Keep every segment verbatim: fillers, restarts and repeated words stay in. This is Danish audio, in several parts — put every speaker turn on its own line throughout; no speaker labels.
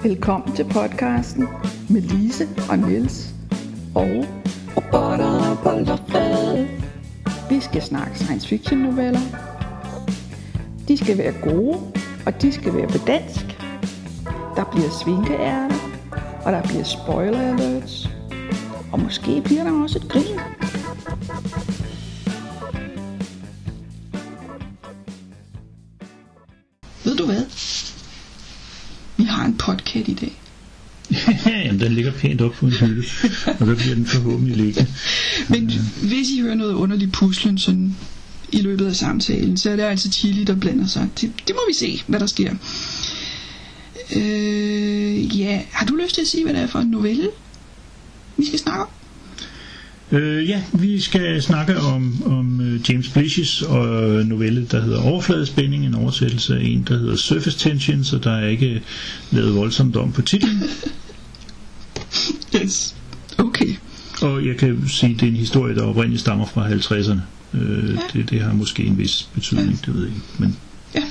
Velkommen til podcasten med Lise og Niels og robotter og polterfred. Vi skal snakke science fiction noveller. De skal være gode, og de skal være på dansk. Der bliver svinkeærter, og der bliver spoiler alerts. Og måske bliver der også et grin. Ved du hvad? Vi har en podcast i dag.
Jamen, den ligger pænt op på en hylde, og der bliver den forhåbentlig liggende.
Men hvis I hører noget underligt puslen sådan i løbet af samtalen, så er det altså Chili, der blander sig. Det, det må vi se, hvad der sker. Øh, ja, har du lyst til at sige, hvad det er for en novelle, vi skal snakke om?
Øh, ja, vi skal snakke om, om James Blish's og novelle, der hedder Overfladespænding, en oversættelse af en, der hedder Surface Tension, så der er ikke lavet voldsomt om på titlen.
Yes, okay.
Og jeg kan sige, at det er en historie, der oprindeligt stammer fra halvtredserne. Øh, ja. det, det har måske en vis betydning, ja. Det ved jeg ikke. Men...
Ja.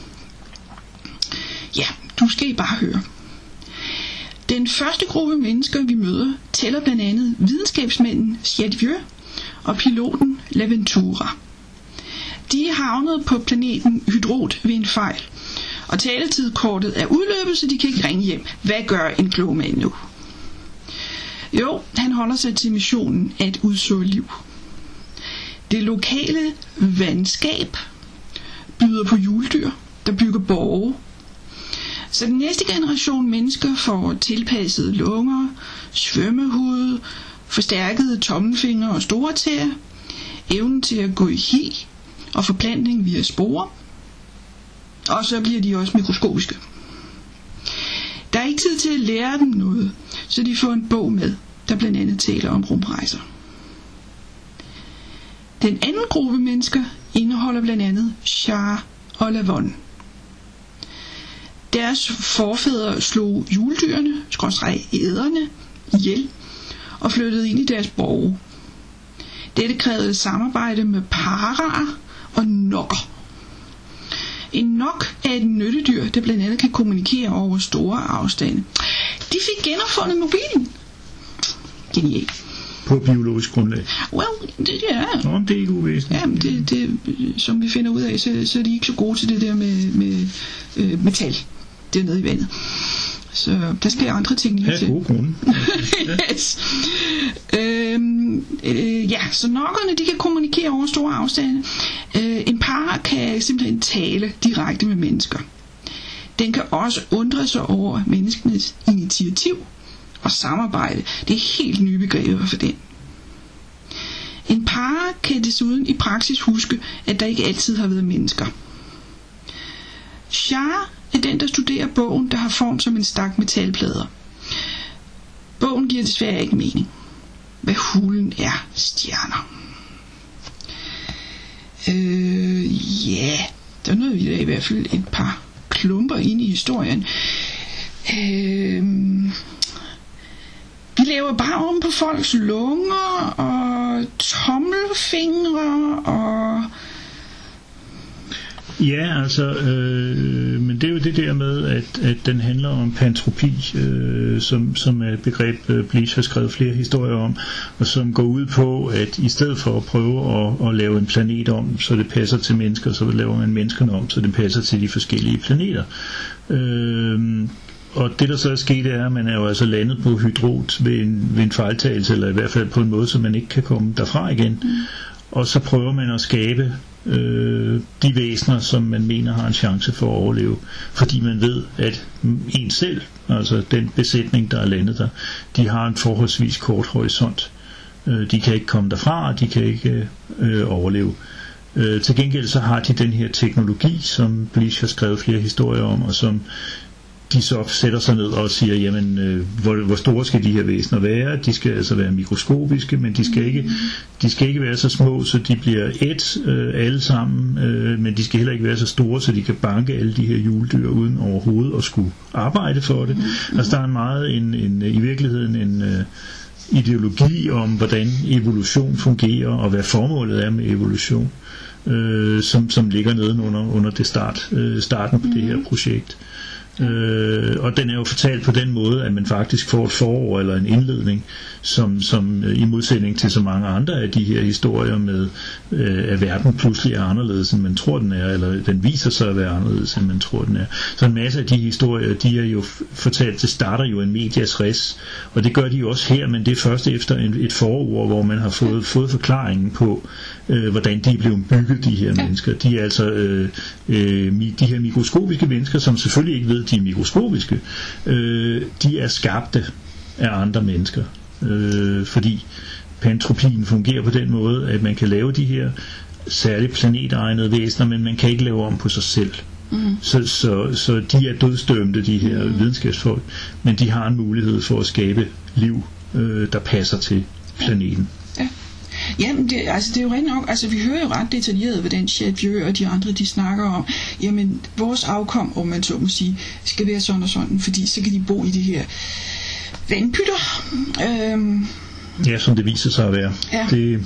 ja, du skal I bare høre. Den første gruppe mennesker, vi møder, tæller blandt andet videnskabsmanden Chadieu og piloten Laventura. De er havnet på planeten Hydrot ved en fejl, og taletidkortet er udløbet, så de kan ikke ringe hjem. Hvad gør en klog mand nu? Jo, han holder sig til missionen at udså liv. Det lokale vandskab byder på hjuldyr, der bygger borge. Så den næste generation mennesker får tilpassede lunger, svømmehud, forstærkede tommelfingre og store tæer, evnen til at gå i hi og forplantning via sporer, og så bliver de også mikroskopiske. Der er ikke tid til at lære dem noget, så de får en bog med, der blandt andet taler om rumrejser. Den anden gruppe mennesker indeholder blandt andet Char og Lavon. Deres forfædre slog juledyrene, skråstreg æderne, ihjel og flyttede ind i deres borge. Dette krævede samarbejde med paraer og nokker. En nok er et nyttedyr, der blandt andet kan kommunikere over store afstande. De fik genopfundet mobilen. Genialt.
På biologisk grundlag?
Well, det ja.
Nå, det er ikke uvæsentligt.
Ja, det, det, som vi finder ud af, så, så er de ikke så gode til det der med, med øh, metal dernede i vandet. Så der skal andre ting lige
ja,
til.
Ja, gode grunde.
yes. øhm, øh, ja, så nokkerne, de kan kommunikere over store afstande. Øh, en para kan simpelthen tale direkte med mennesker. Den kan også undre sig over menneskenes initiativ og samarbejde. Det er helt nye begreber for den. En para kan desuden i praksis huske, at der ikke altid har været mennesker. Char er den, der studerer bogen, der har form som en stak metalplader. Bogen giver desværre ikke mening. Hvad hulen er stjerner. Øh, ja, yeah. Der nåede vi da i hvert fald et par klumper ind i historien. Øh, vi laver bare om på folks lunger og tommelfingre og...
Ja, altså, øh, men det er jo det der med, at, at den handler om pantropi, øh, som, som er et begreb, øh, Blish har skrevet flere historier om, og som går ud på, at i stedet for at prøve at, at lave en planet om, så det passer til mennesker, så laver man menneskerne om, så det passer til de forskellige planeter. Øh, og det der så er sket er, at man er jo altså landet på Hydrot ved en, ved en fejltagelse, eller i hvert fald på en måde, så man ikke kan komme derfra igen. Mm. Og så prøver man at skabe øh, de væsener, som man mener har en chance for at overleve, fordi man ved, at en selv, altså den besætning, der er landet der, de har en forholdsvis kort horisont. Øh, de kan ikke komme derfra, og de kan ikke øh, overleve. Øh, til gengæld så har de den her teknologi, som Blish har skrevet flere historier om, og som de så sætter sig ned og siger, jamen, øh, hvor, hvor store skal de her væsener være? De skal altså være mikroskopiske, men de skal ikke, de skal ikke være så små, så de bliver et øh, alle sammen, øh, men de skal heller ikke være så store, så de kan banke alle de her juledyr uden overhovedet at skulle arbejde for det. Mm-hmm. Altså der er en meget, en, en, i virkeligheden en øh, ideologi om, hvordan evolution fungerer, og hvad formålet er med evolution, øh, som, som ligger nede under, under det start, øh, starten på mm-hmm. det her projekt. Øh, og den er jo fortalt på den måde, at man faktisk får et forord eller en indledning, som, som i modsætning til så mange andre af de her historier med, øh, at verden pludselig er anderledes, end man tror den er, eller den viser sig at være anderledes, end man tror den er. Så en masse af de historier, de er jo fortalt, det starter jo en medias res, og det gør de jo også her, men det er først efter en, et forord, hvor man har fået, fået forklaringen på, øh, hvordan de er blevet bygget, de her mennesker. De er altså øh, øh, de her mikroskopiske mennesker, som selvfølgelig ikke ved, de er mikroskopiske, øh, de er skabte af andre mennesker, øh, fordi pantropien fungerer på den måde, at man kan lave de her særligt planetegnede væsener, men man kan ikke lave om på sig selv. Mm. Så, så, så de er dødsdømte, de her mm. videnskabsfolk, men de har en mulighed for at skabe liv, øh, der passer til planeten.
Ja. Jamen, det, altså, det er jo rent nok, altså vi hører jo ret detaljeret, hvordan Chatvieux og de andre, de snakker om, jamen, vores afkom, om man så må sige, skal være sådan og sådan, fordi så kan de bo i det her vandpytter. Øhm.
Ja, som det viser sig at være. Ja. Det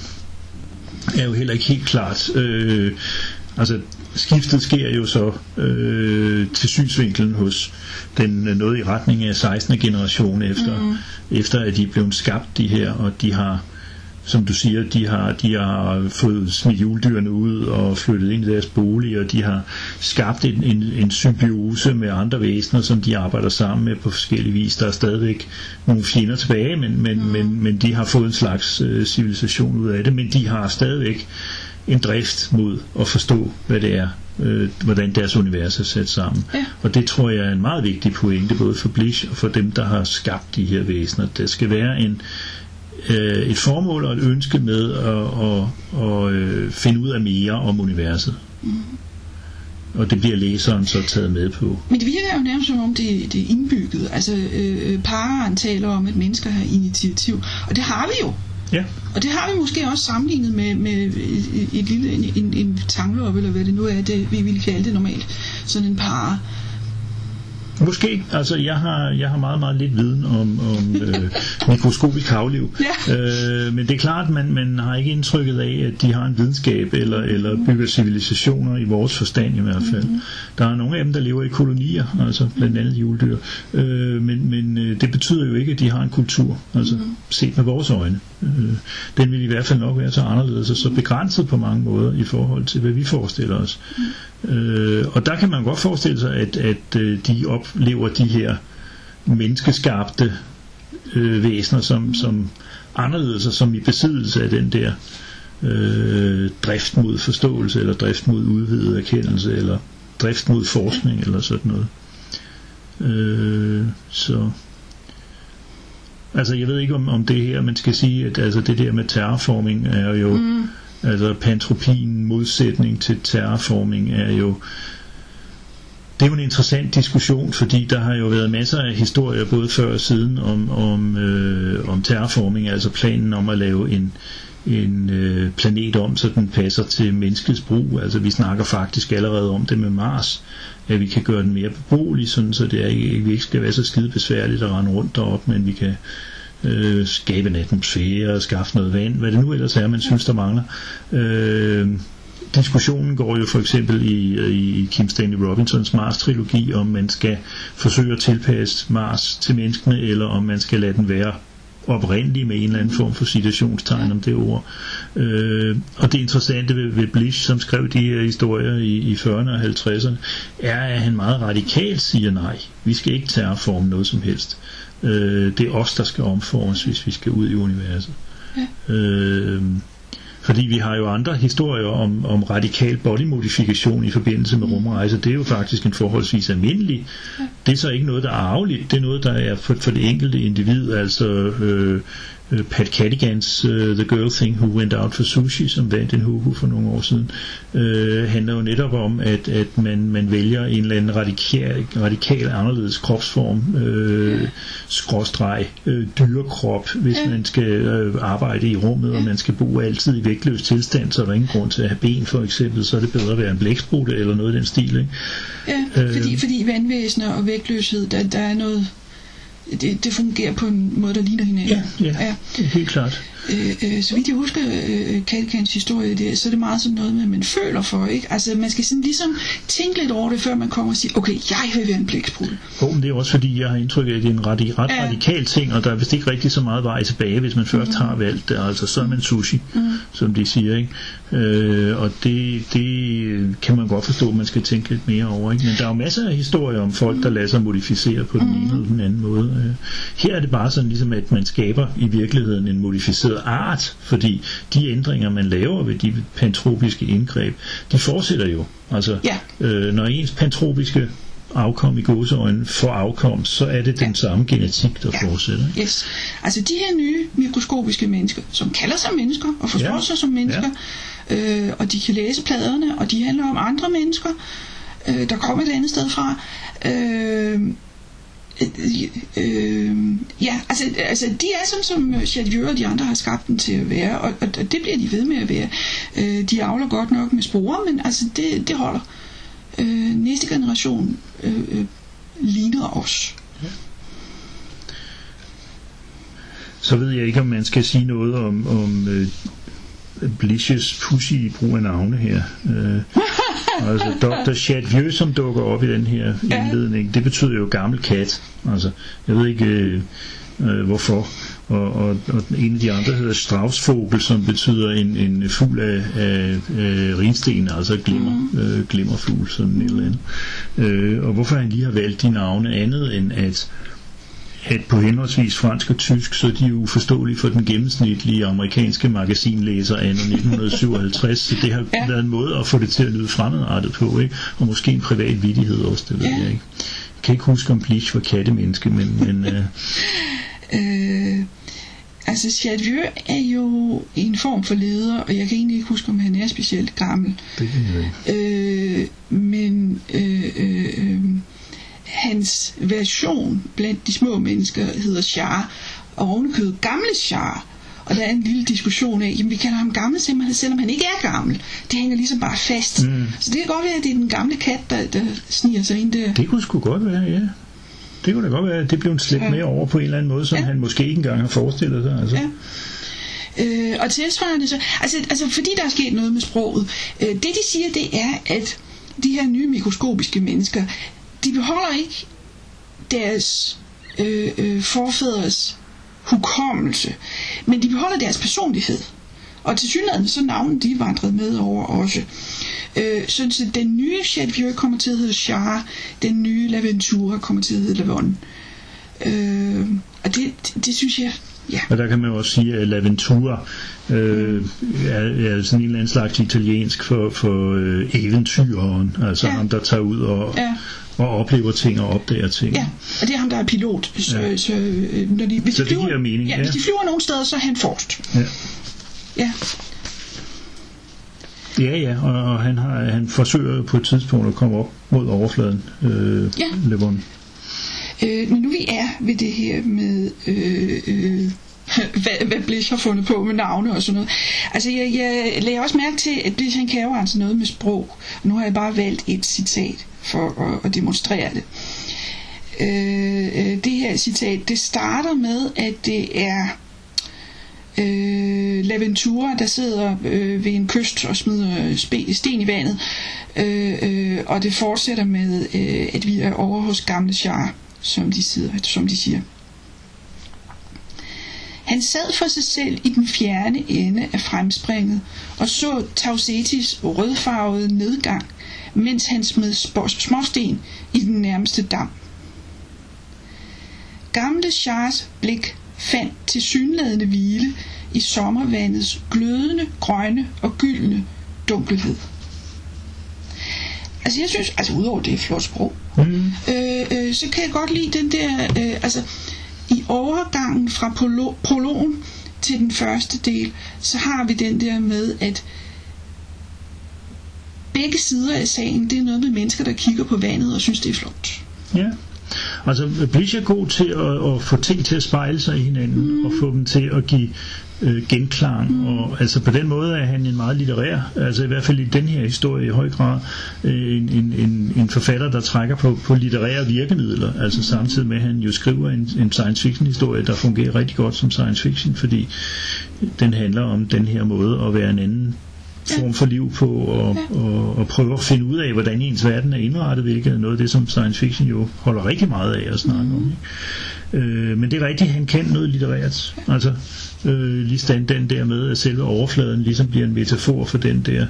er jo heller ikke helt klart. Øh, altså, skiftet sker jo så øh, til synsvinkelen hos den noget i retning af sekstende generation efter, mm. efter at de er blevet skabt, de her, og de har, som du siger, de har, de har fået smidt juledyrene ud og flyttet ind i deres bolig, og de har skabt en, en, en symbiose med andre væsener, som de arbejder sammen med på forskellige vis. Der er stadigvæk nogle fjender tilbage, men, men, mm. men, men de har fået en slags øh, civilisation ud af det, men de har stadigvæk en drift mod at forstå, hvad det er, øh, hvordan deres univers er sat sammen. Ja. Og det tror jeg er en meget vigtig pointe, både for Blish og for dem, der har skabt de her væsener. Der skal være en et formål og et ønske med at, at, at, at finde ud af mere om universet. Mm. Og det bliver læseren så taget med på.
Men det virker jo nærmest som om det, det er indbygget. Altså øh, Parren taler om, at mennesker har initiativ, og det har vi jo. Ja. Og det har vi måske også sammenlignet med, med et, et lille en, en, en tanglop, eller hvad det nu er, det vi ville kalde det normalt. Sådan en par.
Måske, altså jeg har, jeg har meget, meget lidt viden om, om øh, mikroskopisk havliv, ja. øh, men det er klart, at man, man har ikke indtrykket af, at de har en videnskab, eller, eller bygger civilisationer i vores forstand i hvert fald. Mm-hmm. Der er nogle af dem, der lever i kolonier, altså blandt andet juledyr, øh, men, men øh, det betyder jo ikke, at de har en kultur, altså mm-hmm. set med vores øjne. Øh, den vil i hvert fald nok være så anderledes, og så begrænset på mange måder i forhold til, hvad vi forestiller os. Mm. Øh, og der kan man godt forestille sig, at, at øh, de oplever de her menneskeskabte øh, væsener som, som anderledes, og som i besiddelse af den der øh, drift mod forståelse, eller drift mod udvidet erkendelse, eller drift mod forskning, eller sådan noget. Øh, så altså jeg ved ikke om, om det her, man skal sige, at altså, det der med terraforming er jo mm. altså pantropien, modsætning til terraforming, er jo det er jo en interessant diskussion, fordi der har jo været masser af historier både før og siden om, om, øh, om terraforming, altså planen om at lave en, en øh, planet om, så den passer til menneskets brug. Altså vi snakker faktisk allerede om det med Mars, at vi kan gøre den mere beboelig, sådan så det er ikke, vi ikke skal være så skide besværligt at rende rundt derop, men vi kan øh, skabe en atmosfære og skaffe noget vand, hvad det nu ellers er, man synes der mangler. Øh, diskussionen går jo for eksempel i, i Kim Stanley Robinsons Mars-trilogi, om man skal forsøge at tilpasse Mars til menneskene, eller om man skal lade den være oprindelig med en eller anden form for citationstegn om det ord. Øh, og det interessante ved, ved Blish, som skrev de her historier i, i fyrrerne og halvtredserne, er, at han meget radikalt siger nej, vi skal ikke terraforme noget som helst. Øh, det er os, der skal omformes, hvis vi skal ud i universet. Ja. Øh, Fordi vi har jo andre historier om, om radikal bodymodifikation i forbindelse med rumrejser. Det er jo faktisk en forholdsvis almindelig. Det er så ikke noget, der er arveligt. Det er noget, der er for, for det enkelte individ. Altså øh, Pat Cadigans uh, The Girl Thing Who Went Out for Sushi, som vandt en Hugo for nogle år siden, øh, handler jo netop om, at, at man, man vælger en eller anden radikal, radikal anderledes kropsform, øh, skråstreg, øh, dyrekrop, hvis ja. man skal øh, arbejde i rummet, ja. og man skal bo altid i vægtløs tilstand, så er der ingen grund til at have ben for eksempel, så er det bedre at være en blæksprutte eller noget i den stil, ikke?
Ja, øh, fordi, fordi vandvæsener og vægtløshed, der, der er noget det, det fungerer på en måde, der ligner hinanden.
Ja, ja, ja. Det er helt klart.
Øh, øh, så vidt jeg husker øh, Kattekans historie der, så er det meget sådan noget med, at man føler for, ikke? Altså man skal sådan ligesom tænke lidt over det, før man kommer og siger, okay, jeg vil være en blæksprut.
Oh, men det er også fordi, jeg har indtryk af, at det er en ret, ret
ja.
radikal ting, og der er vist ikke rigtig så meget vej tilbage, hvis man først mm. har valgt det. Altså så er man sushi, mm. som de siger, ikke? Øh, og det, det kan man godt forstå, at man skal tænke lidt mere over, ikke? Men der er jo masser af historier om folk, der lader sig modificere på den mm. ene eller den anden måde. Her er det bare sådan ligesom, at man skaber i virkeligheden en modificeret art, fordi de ændringer, man laver ved de pantropiske indgreb, de fortsætter jo. Altså, ja. øh, når ens pantropiske afkom i gåseøjne får afkom, så er det ja. den samme genetik, der ja. fortsætter.
Yes. Altså de her nye mikroskopiske mennesker, som kalder sig mennesker og forstår ja. sig som mennesker, ja. øh, og de kan læse pladerne, og de handler om andre mennesker, øh, der kommer et andet sted fra. Øh, Øh, øh, ja, altså, altså de er sådan som Chadieu og de andre har skabt dem til at være, og, og, og det bliver de ved med at være. Øh, de avler godt nok med sporer, men altså det, det holder. Øh, næste generation øh, øh, ligner os. Ja.
Så ved jeg ikke, om man skal sige noget om, om øh, Bliches pussy i brug af navne her. Øh. Altså doktor Chadieu, som dukker op i den her indledning, det betyder jo gammel kat. Altså, jeg ved ikke øh, øh, hvorfor. Og, og, og en af de andre hedder Straußvogel, som betyder en, en fugl af, af, af rinsten, altså glimmer, øh, glimmerfugl, sådan et eller andet. Øh, og hvorfor han lige har valgt de navne andet end at at på henholdsvis fransk og tysk, så de er uforståelige for den gennemsnitlige amerikanske magasinlæser af nitten syvoghalvtreds, så det har ja. været en måde at få det til at lyde fremadrettet på, ikke? Og måske en privat vittighed også, det ved ja. jeg ikke. Jeg kan ikke huske, om Blich var kattemenneske, men... men øh...
øh, altså, Chadieu er jo en form for leder, og jeg kan egentlig ikke huske, om han er specielt gammel.
Det kan jeg ikke.
Øh, men... Øh, øh, hans version blandt de små mennesker hedder Char, og ovenikøbet gamle Char. Og der er en lille diskussion af, jamen vi kalder ham gammel, selvom han ikke er gammel. Det hænger ligesom bare fast. Mm. Så det kan godt være, at det er den gamle kat, der, der sniger sig ind der.
Det kunne sgu godt være, ja. Det kunne da godt være, at det blev slæbt ja. med over på en eller anden måde, som ja. han måske ikke engang har forestillet sig. Altså.
Ja. Øh, og tilsvarende så, altså, altså fordi der er sket noget med sproget, øh, det de siger, det er, at de her nye mikroskopiske mennesker, de beholder ikke deres øh, øh, forfædres hukommelse, men de beholder deres personlighed. Og tilsyneladende så navnen de vandret med over også. Øh, så den nye Chadieu kommer til at hedde Char, den nye Laventura kommer til at hedde Lavon. Øh, og det, det, det synes jeg, ja.
Og der kan man jo også sige, at Laventura øh, er, er sådan en eller anden slags italiensk for, for øh, eventyreren, altså ja. ham der tager ud og ja. og oplever ting og opdager ting.
Ja, og det er ham, der er pilot. Så, ja. så, når de, hvis
så
de flyver,
det giver mening.
Ja,
ja.
hvis de flyver nogen steder, så er han forrest.
Ja.
Ja.
Ja, ja, og, og han, har, han forsøger på et tidspunkt at komme op mod overfladen. Øh,
ja.
Levon.
Øh, men nu vi er ved det her med... Øh, øh, hvad, hvad Blich har fundet på med navne og sådan noget. Altså jeg, jeg lagde også mærke til, at Blich han kan jo altså noget med sprog. Nu har jeg bare valgt et citat for at, at demonstrere det. Øh, det her citat, det starter med, at det er øh, Laventura, der sidder øh, ved en kyst og smider spe, sten i vandet. Øh, øh, og det fortsætter med, øh, at vi er over hos gamle Char, som de, sidder, som de siger. Han sad for sig selv i den fjerne ende af fremspringet og så Tausetis rødfarvede nedgang, mens han smed småsten i den nærmeste dam. Gamle Chars blik fandt tilsyneladende hvile i sommervandets glødende, grønne og gyldne dunkelhed. Altså jeg synes, altså udover det er flot sprog, mm. øh, øh, så kan jeg godt lide den der, øh, altså i overgangen fra prolo- prologen til den første del, så har vi den der med, at begge sider af sagen, det er noget med mennesker, der kigger på vandet og synes, det er flot.
Ja, Altså Blish er god til at, at få ting til at spejle sig i hinanden, mm. og få dem til at give øh, genklang, mm. og altså på den måde er han en meget litterær, altså i hvert fald i den her historie i høj grad øh, en, en, en, en forfatter, der trækker på, på litterære virkemidler, altså mm. samtidig med at han jo skriver en, en science fiction historie, der fungerer rigtig godt som science fiction, fordi den handler om den her måde at være en anden form for liv på, og, ja. og, og prøve at finde ud af, hvordan ens verden er indrettet, hvilket er noget af det, som science fiction jo holder rigtig meget af at snakke mm. om. Ikke? Øh, men det er rigtigt, han kan noget litterært. Altså, øh, lige stand den der med, at selve overfladen ligesom bliver en metafor for den der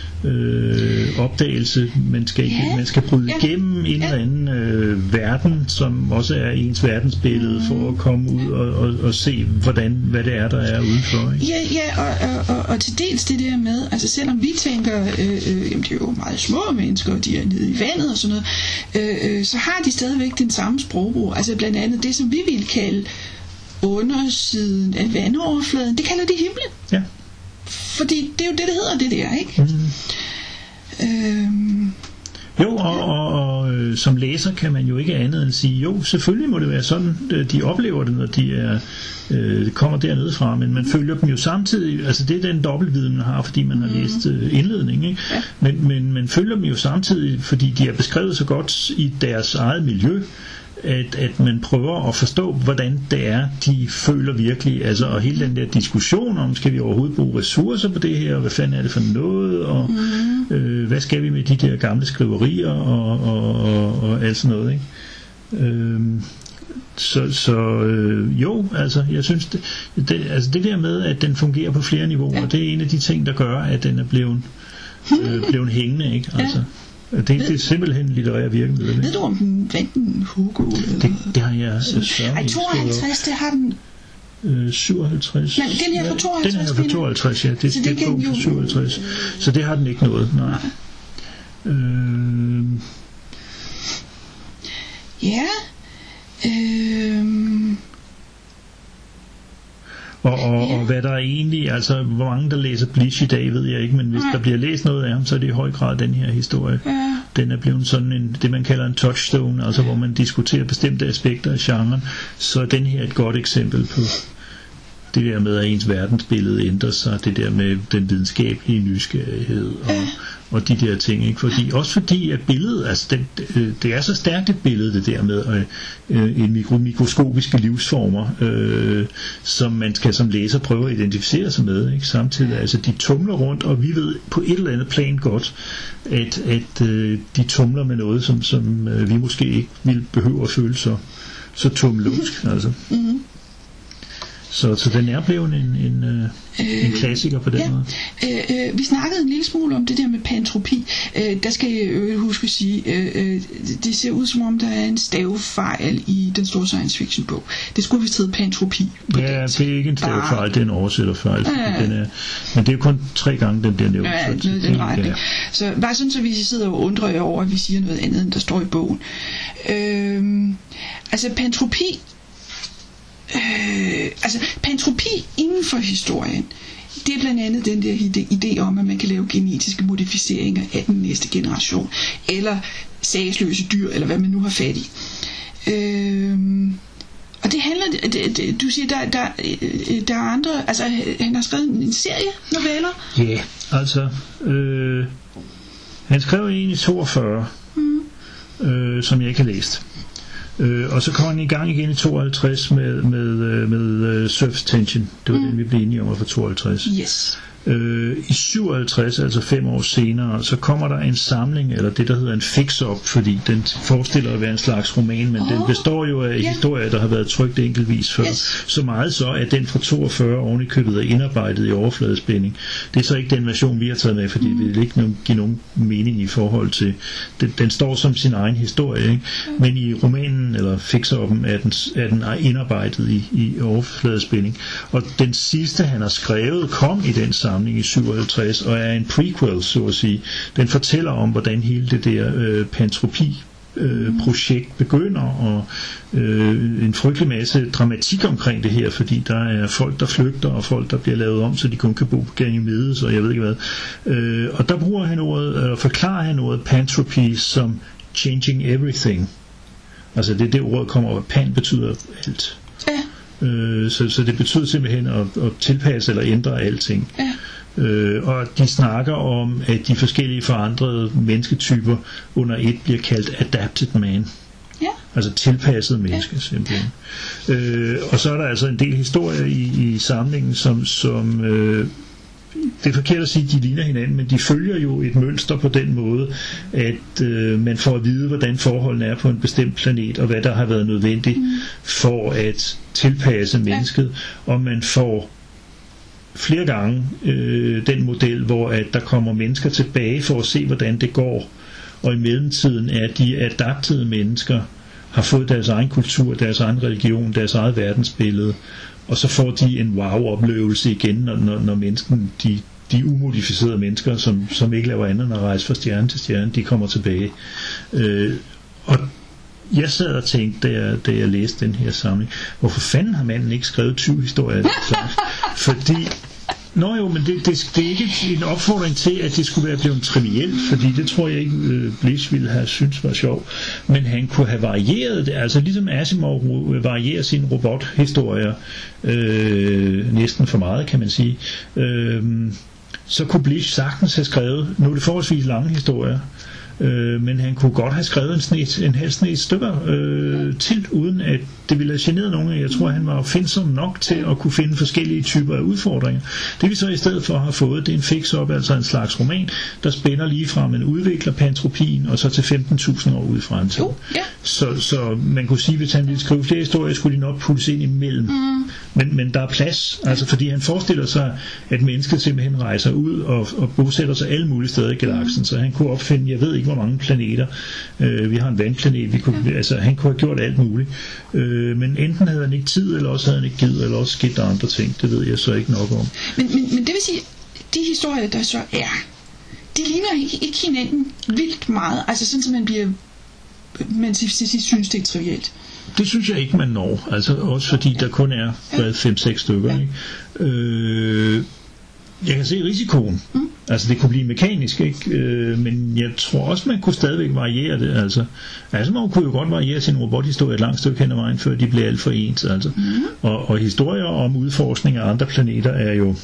øh, opdagelse, man skal, yeah. man skal bryde yeah. igennem en yeah. eller anden øh, verden, som også er ens verdensbillede, mm. for at komme ud og, og, og se, hvordan, hvad det er, der er udenfor. Ikke?
Ja, ja, og, og, og, og til dels det der med, altså selvom vi tænker, øh, øh, jamen det er jo meget små mennesker, de er nede i vandet og sådan noget, øh, øh, så har de stadigvæk den samme sprogbrug, altså blandt andet det, som vi vil kalde undersiden af vandoverfladen, det kalder de himlen.
Ja.
Fordi det er jo det, det hedder, det der, ikke? Mm. Øhm.
Jo, og, og, og øh, som læser kan man jo ikke andet end sige, jo, selvfølgelig må det være sådan, de oplever det, når de er, øh, kommer dernede fra, men man følger dem jo samtidig, altså det er den dobbeltviden, man har, fordi man har læst øh, indledning, ikke? Ja. Men, men man følger dem jo samtidig, fordi de er beskrevet så godt i deres eget miljø, At, at man prøver at forstå, hvordan det er, de føler virkelig, altså, og hele den der diskussion om, skal vi overhovedet bruge ressourcer på det her, og hvad fanden er det for noget, og mm. øh, hvad skal vi med de der gamle skriverier, og, og, og, og alt sådan noget, ikke? Øh, så så øh, jo, altså, jeg synes, det, det, altså det der med, at den fungerer på flere niveauer, ja. Det er en af de ting, der gør, at den er blevet, øh, blevet hængende, ikke? Altså. Ja. Det, det er simpelthen litterære virkemidler.
Ved du om den vandt en Hugo?
Det, det har jeg
øh, Ej, tooghalvtreds, det har den.
Øh, syvoghalvtreds.
Nej, den her fra tooghalvtreds.
Den her fra tooghalvtreds, ja. Det, så det, det er jo... syvoghalvtreds. Så det har den ikke noget. Nej. Øh...
Ja. Øh...
Og, og, og hvad der er egentlig, altså hvor mange der læser Blish i dag, ved jeg ikke, men hvis ja. der bliver læst noget af ham, så er det i høj grad den her historie. Ja. Den er blevet sådan en, det man kalder en touchstone, altså hvor man diskuterer bestemte aspekter af genren, så den her er et godt eksempel på det der med, at ens verdensbillede ændrer sig, det der med den videnskabelige nysgerrighed og, og de der ting, ikke? Fordi, også fordi at billedet, altså den, det er så stærkt et billede, det der med øh, en mikro, mikroskopiske livsformer, øh, som man skal som læser prøve at identificere sig med, ikke? Samtidig, altså de tumler rundt, og vi ved på et eller andet plan godt, at, at øh, de tumler med noget, som, som øh, vi måske ikke ville behøve at føle så, så tumløsk, altså. Mm-hmm. Så, så den er blevet en, en, øh, en klassiker på den ja. måde.
Øh, øh, vi snakkede en lille smule om det der med pantropi. Øh, der skal jeg øh, huske at sige, øh, det ser ud som om der er en stavefejl i den store science fiction bog. Det skulle vist hedde pantropi.
Ja, det er ikke en stavefejl, det er en oversætterfejl. Ja. Den er, men det er jo kun tre gange, den bliver nævnt.
Ja, noget den retning. Ja. Så bare sådan, så vi sidder og undrer jer over, at vi siger noget andet, end der står i bogen. Øh, altså pantropi, Øh, altså pantropi inden for historien, det er blandt andet den der idé om, at man kan lave genetiske modificeringer af den næste generation, eller sagsløse dyr, eller hvad man nu har fat i. Øh, og det handler, det, det, du siger, der, der, der er andre, altså han har skrevet en serie noveller.
Ja, yeah, altså øh, han skrev en i toogfyrre, mm. øh, som jeg ikke har læst. Øh, og så kom han i gang igen i tooghalvtreds med, med, med, med uh, Surface Tension. Det var mm. den, vi blev enige om for tooghalvtreds.
Yes.
Øh, I syvoghalvtreds, altså fem år senere, så kommer der en samling, eller det der hedder en fix-up, fordi den forestiller at være en slags roman, men oh. den består jo af yeah. historier, der har været trykt enkeltvis før. Yes. Så meget så, at den fra toogfyrre oven i købet er indarbejdet i overfladespænding. Det er så ikke den version, vi har taget med, fordi mm. det vil ikke give nogen mening i forhold til, den, den står som sin egen historie, ikke? Mm. Men i romanen, eller fix-up'en, er den, er den indarbejdet i, i overfladespænding. Og den sidste, han har skrevet, kom i den samling i syvoghalvtreds, og er en prequel, så at sige. Den fortæller om, hvordan hele det der øh, pantropi øh, projekt begynder, og øh, en frygtelig masse dramatik omkring det her, fordi der er folk, der flygter, og folk, der bliver lavet om, så de kun kan bo på Ganymedes, og jeg ved ikke hvad. Øh, og der bruger han ordet, eller forklarer han ordet pantropi som changing everything. Altså det er det ordet kommer over. Pan betyder alt.
Ja.
Øh, så, så det betyder simpelthen at, at tilpasse eller ændre alting.
Ja.
Øh, og de snakker om, at de forskellige forandrede mennesketyper under et bliver kaldt adapted man.
Ja.
Altså tilpasset menneske, ja. Simpelthen. Øh, og så er der altså en del historier i, i samlingen, som, som øh, det er forkert at sige, at de ligner hinanden, men de følger jo et mønster på den måde, at øh, man får at vide, hvordan forholdene er på en bestemt planet, og hvad der har været nødvendigt mm. for at tilpasse mennesket, ja. Og man får flere gange øh, den model, hvor at der kommer mennesker tilbage for at se, hvordan det går, og i mellemtiden er de adaptede mennesker har fået deres egen kultur, deres egen religion, deres eget verdensbillede, og så får de en wow-oplevelse igen, når, når, når mennesken, de, de umodificerede mennesker, som, som ikke laver andet end at rejse fra stjerne til stjerne, de kommer tilbage. Øh, og jeg sad og tænkte, da jeg, da jeg læste den her samling, hvorfor fanden har manden ikke skrevet tyve historier af det slags? Fordi Nå jo, men det, det, det er ikke en opfordring til, at det skulle være blevet trivielt, fordi det tror jeg ikke, øh, Blish ville have syntes var sjov. Men han kunne have varieret det, altså ligesom Asimov varierer sine robothistorier øh, næsten for meget, kan man sige. Øh, så kunne Blish sagtens have skrevet, nu er det forholdsvis lange historier, Øh, men han kunne godt have skrevet en, snet, en halv sne stykker øh, til, uden at det ville have generet nogen. Jeg tror, han var opfindsom nok til at kunne finde forskellige typer af udfordringer. Det vi så i stedet for har fået, det er en fix-up, altså en slags roman, der spænder lige fra, man udvikler pantropien, og så til femten tusind år ud i fremtiden.
Ja.
Så, så man kunne sige, hvis han ville skrive flere historier, skulle de nok puttes ind imellem. Mm. Men, men der er plads, altså fordi han forestiller sig, at mennesket simpelthen rejser ud og, og bosætter sig alle mulige steder i galaksen, mm. så han kunne opfinde, jeg ved ikke hvor mange planeter. Øh, vi har en vandplanet, vi kunne, ja. altså han kunne have gjort alt muligt. Øh, men enten havde han ikke tid, eller også havde han ikke givet, eller også skete der andre ting. Det ved jeg så ikke nok om.
Men, men, men det vil sige, de historier, der så er, de ligner ikke, ikke hinanden vildt meget. Altså sådan, at man bliver, man til sidst synes, det er trivielt.
Det synes jeg ikke, man når. Altså også fordi der kun er fem seks stykker. Ja. Ikke? Øh, jeg kan se risikoen. Mm. Altså det kunne blive mekanisk, ikke? Øh, men jeg tror også, man kunne stadigvæk variere det. Altså, altså man kunne jo godt variere sin robothistorie et langt stykke hen ad vejen, før de blev alt for ens. Altså. Mm. Og, og historier om udforskning af andre planeter er jo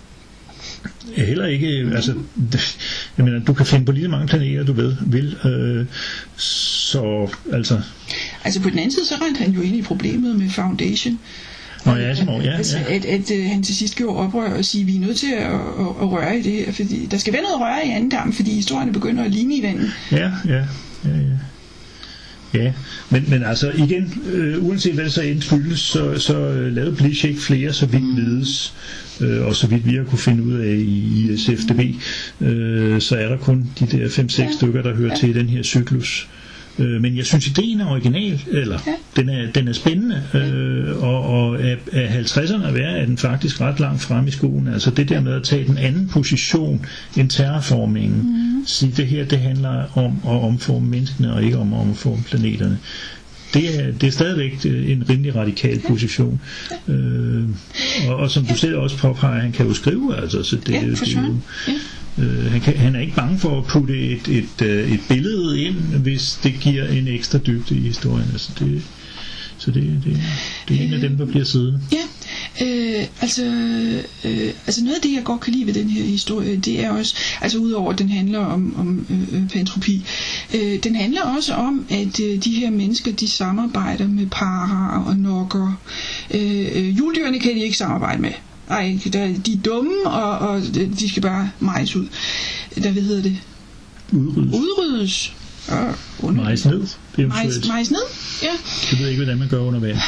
heller ikke, mm. altså, jeg mener, du kan finde på lige så mange planeter, du ved, vil. Øh, så, altså...
Altså på den anden side, så rendte han jo ind i problemet med Foundation.
Nå ja, som, ja,
altså,
ja.
At, at, at han til sidst gjorde oprør og sige, at vi er nødt til at, at, at røre i det her, fordi der skal være noget røre i anden gang, fordi historierne begynder at ligne i vandet.
Ja, ja, ja, ja. Ja, men, men altså igen, øh, uanset hvad det så end skyldes, så, så øh, lavede Blish ikke flere, så vidt vides, øh, og så vidt vi har kunne finde ud af i, i S F D B, øh, så er der kun de der fem seks ja. stykker, der hører ja. til i den her cyklus. Men jeg synes, ideen er original, eller ja. den, er, den er spændende, øh, og, og af, af halvtredserne at være, er den faktisk ret langt frem i skolen. Altså det der med at tage den anden position end terraformingen, mm. sige det her, det handler om at omforme menneskene, og ikke om at omforme planeterne. Det er, det er stadigvæk en rimelig radikal position. Ja. Øh, og, og som du selv også påpeger, han kan jo skrive, altså, så det,
ja,
det er jo... Uh, han, kan, han er ikke bange for at putte et, et, et, et billede ind, hvis det giver en ekstra dybde i historien. Altså det, så det, det, det er en af dem, der bliver siddende.
Ja, øh, altså, øh, altså noget af det, jeg godt kan lide ved den her historie, det er også, altså udover at den handler om, om øh, pantropi, øh, den handler også om, at øh, de her mennesker, de samarbejder med para og nokker. Øh, juledyrene kan de ikke samarbejde med. Ej, de er dumme, og, og de skal bare mejes ud. Der, hvad hedder det?
Udryddes.
Udryddes.
Og mejes ned.
Mejes, mejes ned, ja.
Jeg ved ikke, hvordan man gør under vand.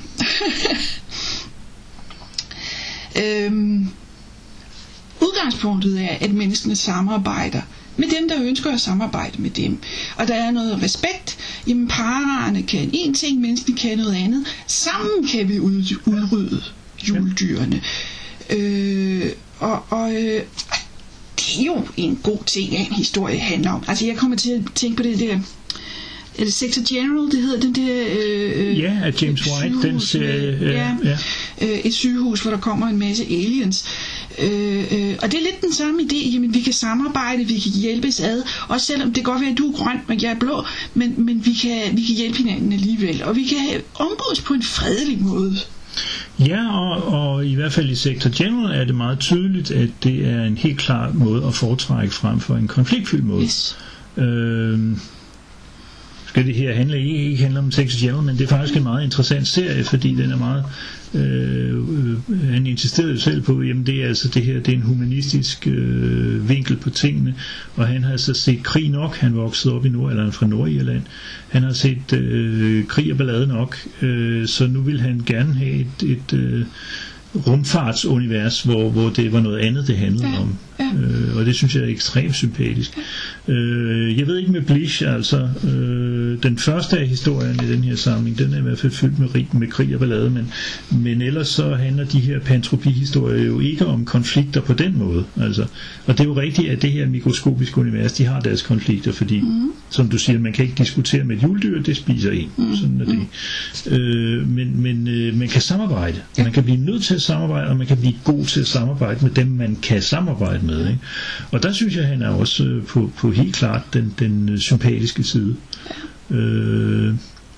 øhm, udgangspunktet er, at menneskene samarbejder med dem, der ønsker at samarbejde med dem. Og der er noget respekt. Jamen, parerne kan en ting, menneskene kan noget andet. Sammen kan vi udrydde juledyrene. Øh, og og øh, det er jo en god ting, at en historie handler om. Altså jeg kommer til at tænke på det der, er det Sex and General, det hedder den der øh,
ja, af James White, den serie,
ja, ja. Øh, et sygehus, hvor der kommer en masse aliens. Øh, øh, og det er lidt den samme idé, jamen vi kan samarbejde, vi kan hjælpes ad, også selvom det kan godt være, at du er grøn, og jeg er blå, men, men vi, kan, vi kan hjælpe hinanden alligevel, og vi kan omgås på en fredelig måde.
Ja, og, og i hvert fald i Sector General er det meget tydeligt, at det er en helt klar måde at foretrække frem for en konfliktfyldt måde. Yes. Øh, skal det her handle, ikke, ikke handle om Sector General, men det er faktisk en meget interessant serie, fordi den er meget øh, øh, han insisterede jo selv på, jamen det er altså det her, det er en humanistisk øh, vinkel på tingene, og han har altså set krig nok, han voksede op i Nord, eller fra Nordirland, han har set øh, krig og ballade nok, øh, så nu vil han gerne have et, et øh, rumfartsunivers, hvor, hvor det var noget andet, det handlede ja, om. Ja. Øh, og det synes jeg er ekstremt sympatisk. Ja. Øh, jeg ved ikke med Blish, altså øh, den første af historien i den her samling, den er i hvert fald fyldt med, med krig og ballade, men, men ellers så handler de her pantropi-historier jo ikke om konflikter på den måde. Altså, og det er jo rigtigt, at det her mikroskopiske univers, de har deres konflikter, fordi, mm. som du siger, man kan ikke diskutere med et juledyr, det spiser en. Mm. Sådan er det. Øh, men men øh, man kan samarbejde. Ja. Man kan blive nødt til at samarbejde, og man kan blive god til at samarbejde med dem, man kan samarbejde med. Ikke? Og der synes jeg, han er også øh, på, på helt klart den, den sympatiske side. Ja. Øh,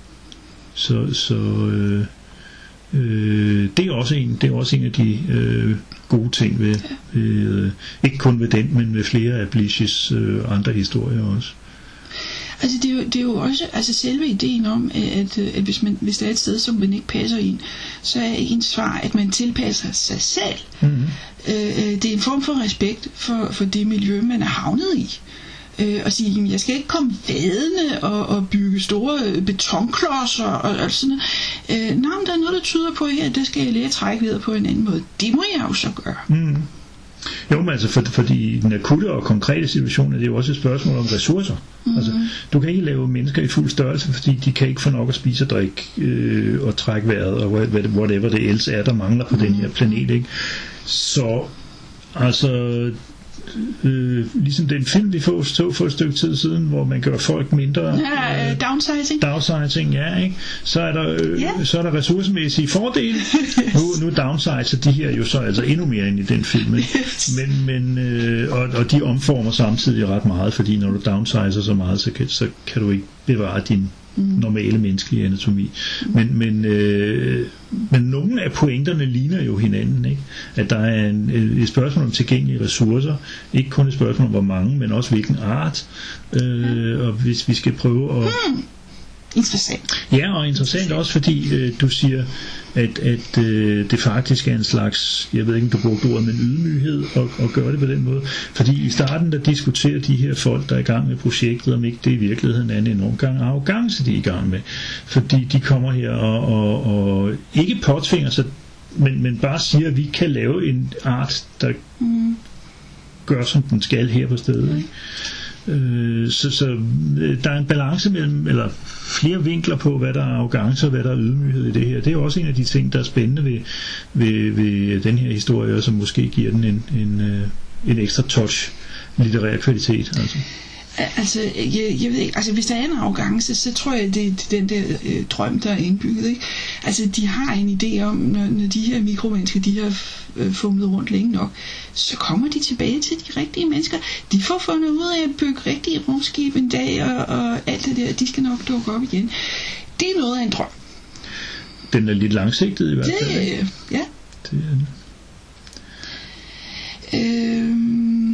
så så øh, øh, det er også en, det er også en af de øh, gode ting ved, ja. ved ikke kun ved den, men ved flere af Blish's øh, andre historier også.
Altså det er, jo, det er jo også altså selve ideen om, at, at hvis, man, hvis der er et sted, som man ikke passer ind, så er ens svar, at man tilpasser sig selv. Mm-hmm. Øh, det er en form for respekt for, for det miljø, man er havnet i. Øh, og sige, jamen, jeg skal ikke komme vadende og, og bygge store betonklodser og, og sådan noget. Øh, nej, men der er noget, der tyder på her, at det skal jeg lære at trække videre på en anden måde. Det må jeg jo så gøre. Mm.
Jo, men altså for, fordi den akutte og konkrete situation er det jo også et spørgsmål om ressourcer. Mm-hmm. Altså, du kan ikke lave mennesker i fuld størrelse, fordi de kan ikke få nok at spise og drikke øh, og trække vejret og whatever det ellers er, der mangler på mm-hmm. den her planet, ikke? Så altså Øh, ligesom den film vi får så for et stykke tid siden, hvor man gør folk mindre
ja, øh, downsizing
downsizing, ja, ikke? Så er der øh, yeah. så er der ressourcemæssige fordele. yes. nu, nu downsizer de her jo så altså endnu mere end i den film, yes. men, men øh, og, og de omformer samtidig ret meget, fordi når du downsizer så meget, så kan, så kan du ikke bevare din mm. normale menneskelige anatomi. Mm. Men, men, øh, men nogle af pointerne ligner jo hinanden, ikke? At der er en, et spørgsmål om tilgængelige ressourcer, ikke kun et spørgsmål om hvor mange, men også hvilken art, øh, mm. og hvis vi skal prøve at
mm. interessant.
Ja, og interessant også, fordi øh, du siger, at, at øh, det faktisk er en slags, jeg ved ikke, om du brugte ordet, men ydmyghed og, og gøre det på den måde. Fordi i starten, der diskuterer de her folk, der er i gang med projektet, om ikke det i virkeligheden er en enorm gang arrogance, de er i gang med. Fordi de kommer her og, og, og ikke påtvinger sig, men, men bare siger, at vi kan lave en art, der mm. gør, som den skal her på stedet, ikke? Øh, så, så der er en balance mellem, eller flere vinkler på, hvad der er arrogance og hvad der er ydmyghed i det her. Det er jo også en af de ting, der er spændende ved, ved, ved den her historie, som måske giver den en, en, en ekstra touch litterær kvalitet. Altså.
Altså, jeg, jeg ved ikke, altså hvis der er en arrogance, så tror jeg, det er den der øh, drøm, der er indbygget, ikke? Altså, de har en idé om, når, når de her mikromennesker, de har øh, fumlet rundt længe nok, så kommer de tilbage til de rigtige mennesker. De får fundet ud af at bygge rigtige rumskib en dag, og, og alt det der, de skal nok dukke op igen. Det er noget af en drøm.
Den er lidt langsigtet i hvert fald,
det,
ikke?
Ja.
Det er den.
Øhm...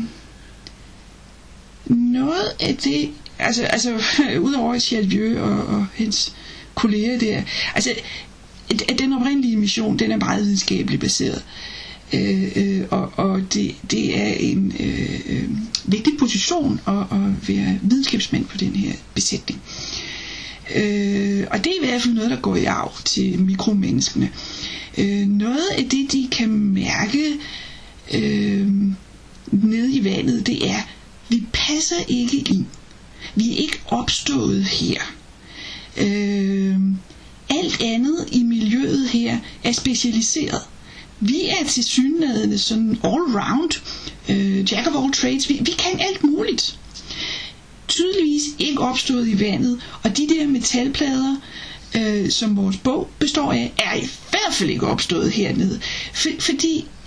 Noget af det, altså, altså udover Chalvieux og, og hans kolleger der, altså at den oprindelige mission, den er meget videnskabeligt baseret, øh, øh, og, og det, det er en øh, øh, vigtig position at, at være videnskabsmand på den her besætning. Øh, og det er i hvert fald noget, der går i arv til mikromenneskene. Øh, noget af det, de kan mærke øh, nede i vandet, det er, vi passer ikke ind. Vi er ikke opstået her. Øh, alt andet i miljøet her er specialiseret. Vi er tilsyneladende sådan all round, øh, jack of all trades. Vi, vi kan alt muligt. Tydeligvis ikke opstået i vandet. Og de der metalplader, øh, som vores bog består af, er i hvert fald ikke opstået hernede. For, fordi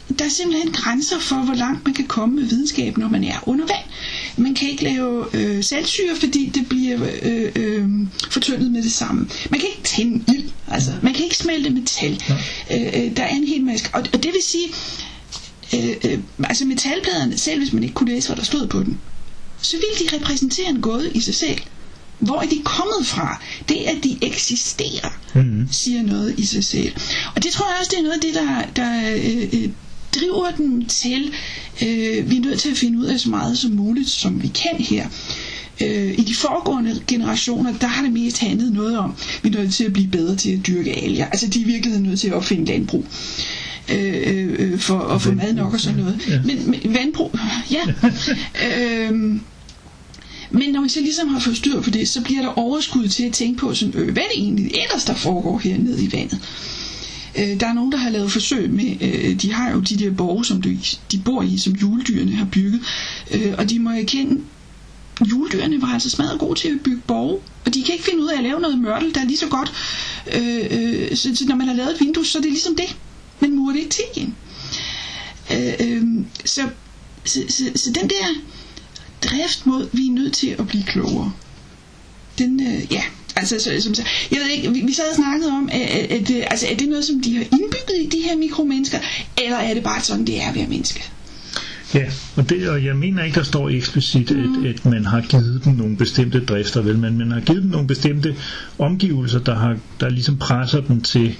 der er simpelthen grænser for, hvor langt man kan komme med videnskab, når man er under vand. Man kan ikke lave øh, saltsyre, fordi det bliver øh, øh, fortyndet med det samme. Man kan ikke tænde ild, altså. Man kan ikke smelte metal. Øh, der er en hel masse. Og, og det vil sige, øh, øh, altså metalpladerne, selv hvis man ikke kunne læse, hvad der stod på den, så ville de repræsentere en gåde i sig selv. Hvor er de kommet fra? Det, at de eksisterer, mm-hmm. siger noget i sig selv. Og det tror jeg også, det er noget af det, der, der øh, driver den til. Øh, vi er nødt til at finde ud af så meget som muligt, som vi kan her. Øh, I de foregående generationer, der har det mest handlet noget om, vi er nødt til at blive bedre til at dyrke alger. Altså, de er virkelig nødt til at opfinde landbrug. Øh, øh, for at få mad nok og sådan noget. Ja. Men, men vandbrug, ja. øh, Men når vi så ligesom har fået styr på det, så bliver der overskud til at tænke på, sådan, øh, hvad er det egentlig ellers, der foregår hernede i vandet. Øh, der er nogen, der har lavet forsøg med, øh, de har jo de der borge, som de, de bor i, som juledyrene har bygget. Øh, og de må erkende, juledyrene var altså smadret gode til at bygge borge, og de kan ikke finde ud af at lave noget mørtel, der er lige så godt. Øh, øh, så, så når man har lavet et vindue, så er det ligesom det. Man murer det ikke til igen. Øh, øh, så, så, så, så den der drift mod, vi er nødt til at blive klogere. Den, øh, ja, altså, så, som så, jeg ved ikke, vi, vi sad og snakkede om, at, at, at, altså, er det noget, som de har indbygget i de her mikromennesker, eller er det bare sådan, det er ved at menneske?
Ja, og, det, og jeg mener ikke, der står eksplicit, mm. at, at man har givet dem nogle bestemte drifter, vel, men man har givet dem nogle bestemte omgivelser, der, har, der ligesom presser dem til,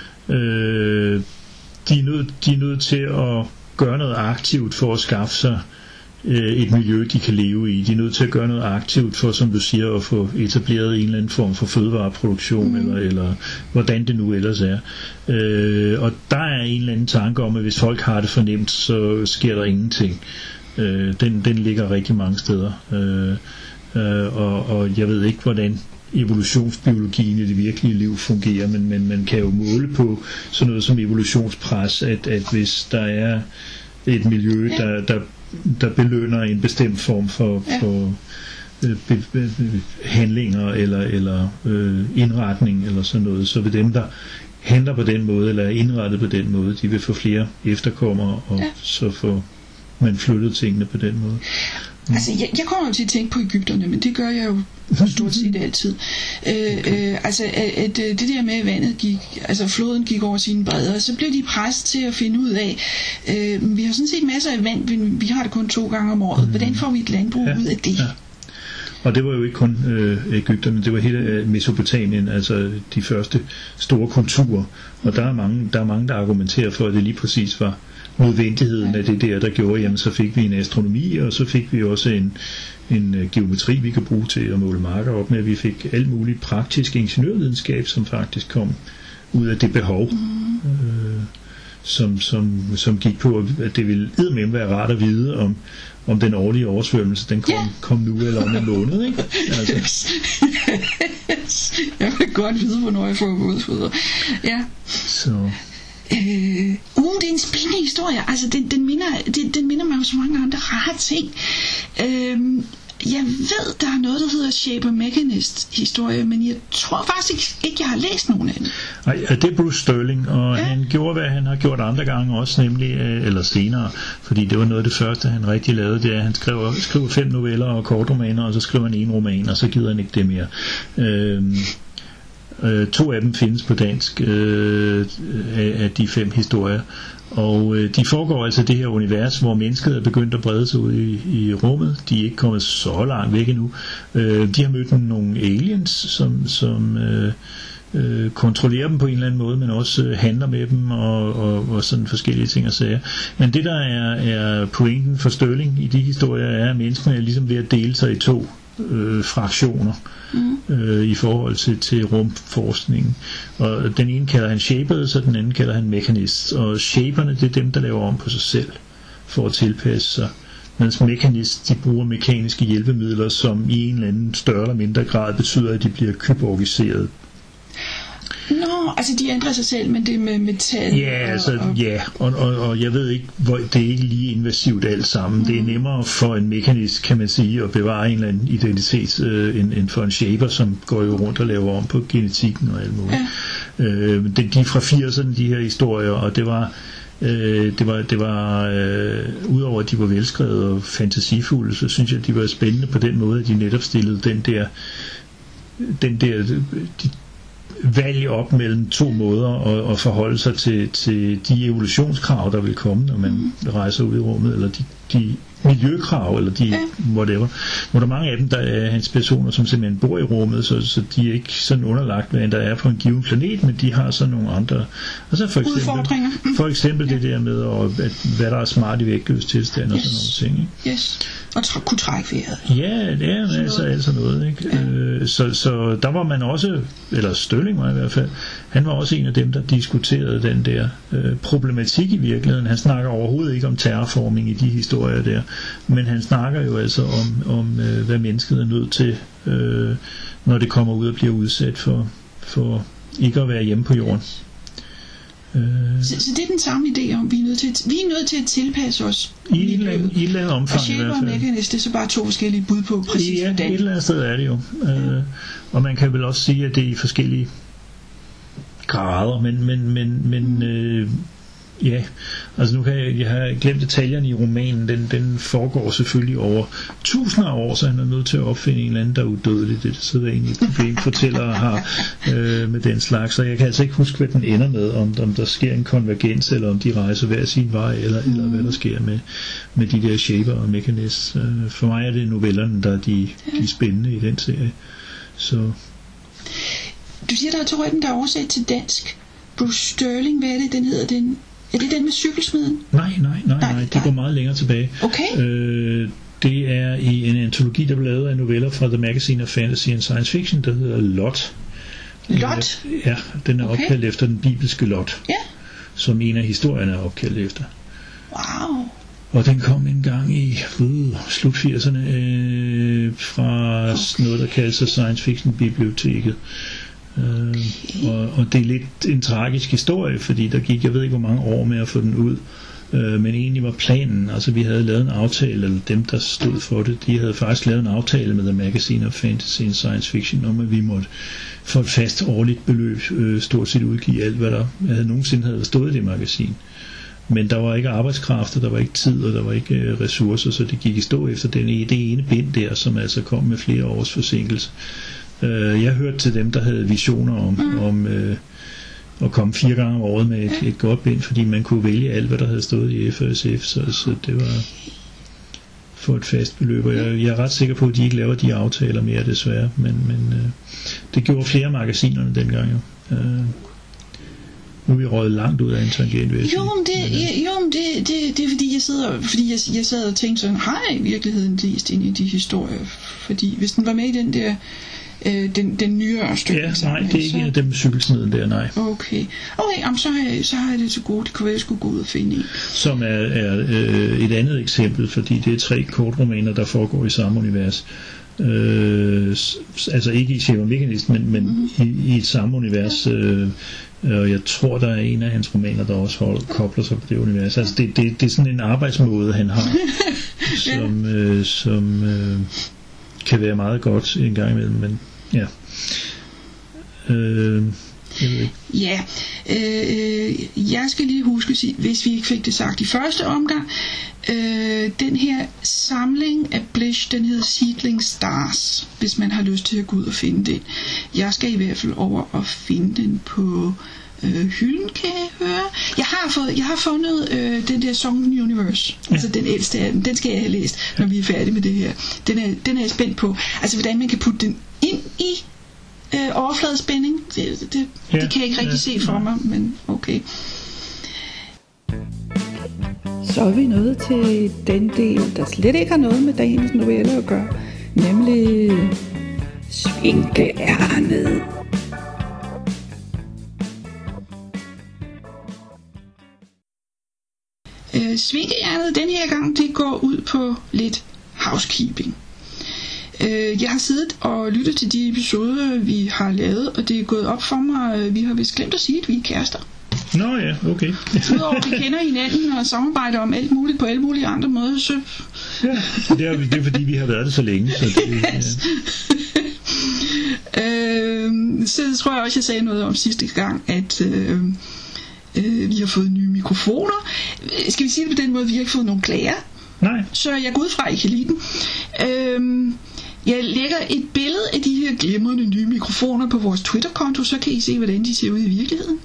øh, de, er nødt, de er nødt til at gøre noget aktivt for at skaffe sig et miljø, de kan leve i. De er nødt til at gøre noget aktivt for, som du siger, at få etableret en eller anden form for fødevareproduktion, mm. eller, eller hvordan det nu ellers er. Øh, og der er en eller anden tanke om, at hvis folk har det fornemt, så sker der ingenting. Øh, den, den ligger rigtig mange steder. Øh, øh, og, og jeg ved ikke, hvordan evolutionsbiologien i det virkelige liv fungerer, men, men man kan jo måle på sådan noget som evolutionspres, at, at hvis der er et miljø, der, der der belønner en bestemt form for, ja. for øh, be, be, handlinger eller, eller øh, indretning eller sådan noget, så vil dem, der handler på den måde eller er indrettet på den måde, de vil få flere efterkommere, og ja. så får man flyttet tingene på den måde.
Mm. Altså, jeg, jeg kommer jo til at tænke på Egypterne, men det gør jeg jo stort set altid. Øh, øh, altså, at, at det der med, at vandet gik, altså floden gik over sine bredder, så blev de presset til at finde ud af, øh, vi har sådan set masser af vand, vi, vi har det kun to gange om året. Hvordan får vi et landbrug ja. ud af det? Ja.
Og det var jo ikke kun øh, Egypterne, det var hele Mesopotamien, altså de første store kulturer. Og der er mange, der er mange, der argumenterer for, at det lige præcis var nødvendigheden af det der, der gjorde, jamen så fik vi en astronomi, og så fik vi også en, en geometri, vi kan bruge til at måle marker op med. Vi fik alt muligt praktisk ingeniørvidenskab, som faktisk kom ud af det behov, mm. øh, som, som, som gik på, at det ville eddermame være rart at vide, om, om den årlige oversvømmelse, den kom, yeah. kom nu eller om en måned, ikke? Altså. Yes.
Jeg vil godt vide, hvornår jeg får vådfoder. Ja.
Så...
Øh, uh, det er en spændende historie. Altså, den, den, minder, den, den minder mig om så mange andre rare ting. Øh, jeg ved, der er noget, der hedder Shaper Mechanist historie, men jeg tror faktisk ikke, jeg har læst nogen af dem.
Nej, det er Bruce Sterling, og ja. han gjorde, hvad han har gjort andre gange også, nemlig, eller senere, fordi det var noget af det første, han rigtig lavede, det er, at han skriver, skriver fem noveller og kortromaner, og så skriver han en roman, og så gider han ikke det mere. Øh, Uh, to af dem findes på dansk uh, af, af de fem historier, og uh, de foregår altså det her univers, hvor mennesket er begyndt at brede sig ud i, i rummet. De er ikke kommet så langt væk endnu. Uh, de har mødt nogle aliens, som, som uh, uh, kontrollerer dem på en eller anden måde, men også uh, handler med dem og, og, og sådan forskellige ting og sager. Men det der er, er pointen for Sterling i de historier er, at menneskene er ligesom ved at dele sig i to Øh, fraktioner mm. øh, i forhold til, til rumforskningen, og den ene kalder han shapers, og den anden kalder han mechanists, og shaperne, det er dem, der laver om på sig selv for at tilpasse sig, mens mechanists, de bruger mekaniske hjælpemidler, som i en eller anden større eller mindre grad betyder, at de bliver kyborgiseret.
Nå, altså de ændrer sig selv, men det er med metal.
Ja, altså, og, ja, og, og, og jeg ved ikke, hvor, det er ikke lige invasivt alt sammen. Mm. Det er nemmere for en mekanisk, kan man sige, at bevare en eller anden identitet, øh, end, end for en shaper, som går jo rundt og laver om på genetikken og alt muligt. Ja. Øh, de, de er fra firserne, de her historier, og det var øh, det var, det var øh, udover at de var velskrevet og fantasifulde, så synes jeg, at de var spændende på den måde, at de netop stillede den der, den der de, valg op mellem to måder at, at forholde sig til, til de evolutionskrav, der vil komme, når man mm. rejser ud i rummet, eller de, de miljøkrav, eller de ja. whatever. Hvor der er mange af dem, der er hans personer, som simpelthen bor i rummet, så, så de er ikke sådan underlagt, hvad der er på en given planet, men de har så nogle andre. Og så for eksempel, for eksempel ja. det der med, at, at, hvad der er smart i vægtløs tilstand, og yes. sådan nogle ting. Ikke?
Yes. Og tr- kunne trække vejret.
Ja, det er sådan altså alt sådan noget. Ikke? Ja. Øh, så, så der var man også, eller Stirling var i hvert fald, han var også en af dem, der diskuterede den der øh, problematik i virkeligheden. Han snakker overhovedet ikke om terraforming i de historier der, men han snakker jo altså om, om øh, hvad mennesket er nødt til, øh, når det kommer ud og bliver udsat for, for ikke at være hjemme på jorden.
Øh, så, så det er den samme idé om, vi er nødt til at, vi er nødt til at tilpasse os
i et eller andet omfang.
Og Shaper og Mechanis, det er så bare to forskellige bud på præcis
ja,
hvordan.
Et eller andet sted er det jo. Ja. Øh, og man kan vel også sige, at det er i forskellige grader, men, men, men, men øh, ja, altså nu kan jeg, jeg har glemt detaljerne i romanen, den, den foregår selvfølgelig over tusinder af år, så han er nødt til at opfinde en eller anden, der er udødelig. Det så er egentlig et problem, fortællere har øh, med den slags, så jeg kan altså ikke huske, hvad den ender med, om, om der sker en konvergens, eller om de rejser hver sin vej, eller, mm. eller hvad der sker med, med de der Shaper og Mechanis. Øh, for mig er det novellerne, der er de, de spændende i den serie. Så
du siger, der er to af dem, der er oversat til dansk. Bruce Sterling, hvad er det, den hedder? Den, er det den med cykelsmeden?
Nej, nej, nej, nej, nej. Det går meget længere tilbage.
Okay.
Øh, det er i en antologi, der blev lavet af noveller fra The Magazine of Fantasy and Science Fiction, der hedder Lot.
Lot?
Ja, den er
okay.
opkaldt efter den bibelske Lot.
Ja. Som
en af historierne er opkaldt efter.
Wow.
Og den kom en gang i uh, slut firserne øh, fra okay. noget, der kaldes sig Science Fiction Biblioteket. Okay. Uh, og, og det er lidt en tragisk historie, fordi der gik, jeg ved ikke hvor mange år med at få den ud, uh, men egentlig var planen, altså vi havde lavet en aftale, eller dem der stod for det, de havde faktisk lavet en aftale med The Magazine of Fantasy and Science Fiction om, at vi måtte for et fast årligt beløb uh, stort set udgive alt, hvad der havde nogensinde havde stået i det magasin. Men der var ikke arbejdskraft, og der var ikke tid, og der var ikke uh, ressourcer, så det gik i stå efter den, det ene bind der, som altså kom med flere års forsinkelse. Uh, jeg hørte til dem, der havde visioner om, mm. om uh, at komme fire gange om året med et, et godt bind, fordi man kunne vælge alt, hvad der havde stået i F S F, så, så det var for et fast beløb, og jeg, jeg er ret sikker på, at de ikke laver de aftaler mere, desværre, men, men uh, det gjorde flere magasinerne dengang jo. Uh, Nu er vi røget langt ud af en tangent, vil jeg sige.
Jo, men det, ja, jo, men det, det, det er fordi, jeg sidder, fordi jeg, jeg sad og tænkte sådan, har jeg i virkeligheden læst ind i de historier? Fordi hvis den var med i den der, øh, den, den nyere stykke.
Ja, nej, det er ikke så dem med cykelsneden der, nej.
Okay, okay jamen, så, har jeg, så har jeg det til gode. Det kunne være, jeg skulle gå ud og finde en.
Som er, er øh, et andet eksempel, fordi det er tre kortromaner, der foregår i samme univers. Øh, altså ikke i Shaper Mechanis, men, men mm-hmm. i, i et samme univers. Øh, og jeg tror, der er en af hans romaner, der også hold, kobler sig på det univers. Altså det, det, det er sådan en arbejdsmåde, han har, som, øh, som øh, kan være meget godt en gang imellem, men ja. Øh, jeg ved ikke.
Ja, øh, jeg skal lige huske, hvis vi ikke fik det sagt i første omgang, øh, den her samling af Blish, den hedder Seedling Stars, hvis man har lyst til at gå ud og finde den. Jeg skal i hvert fald over og finde den på øh, hylden, kan jeg høre. Jeg har, fået, jeg har fundet øh, den der Song Universe, ja. Altså den ældste af dem. Den skal jeg have læst, når vi er færdige med det her. Den er, den er jeg spændt på. Altså hvordan man kan putte den ind i Øh, overfladespænding, det, det, ja, det kan jeg ikke rigtig ja, se for mig, men okay. Så er vi nået til den del, der slet ikke har noget med dagens novelle at gøre, nemlig Svinkeærnet. Øh, Svinkeærnet den her gang, det går ud på lidt housekeeping. Jeg har siddet og lyttet til de episoder, vi har lavet, og det er gået op for mig, vi har vist glemt at sige, at vi er kærester.
Nå ja, okay.
Udover at vi kender hinanden og samarbejder om alt muligt på alle mulige andre måder, så...
Ja, det er, det er fordi, vi har været det så længe. Så, det,
yes. ja. øh, så tror jeg også, jeg sagde noget om sidste gang, at... Øh, Øh, vi har fået nye mikrofoner. Skal vi sige det på den måde, vi har ikke fået nogen klager?
Nej.
Så jeg går ud fra, at I kan lide den. Øh, jeg lægger et billede af de her glimrende nye mikrofoner på vores Twitter-konto, så kan I se, hvordan de ser ud i virkeligheden.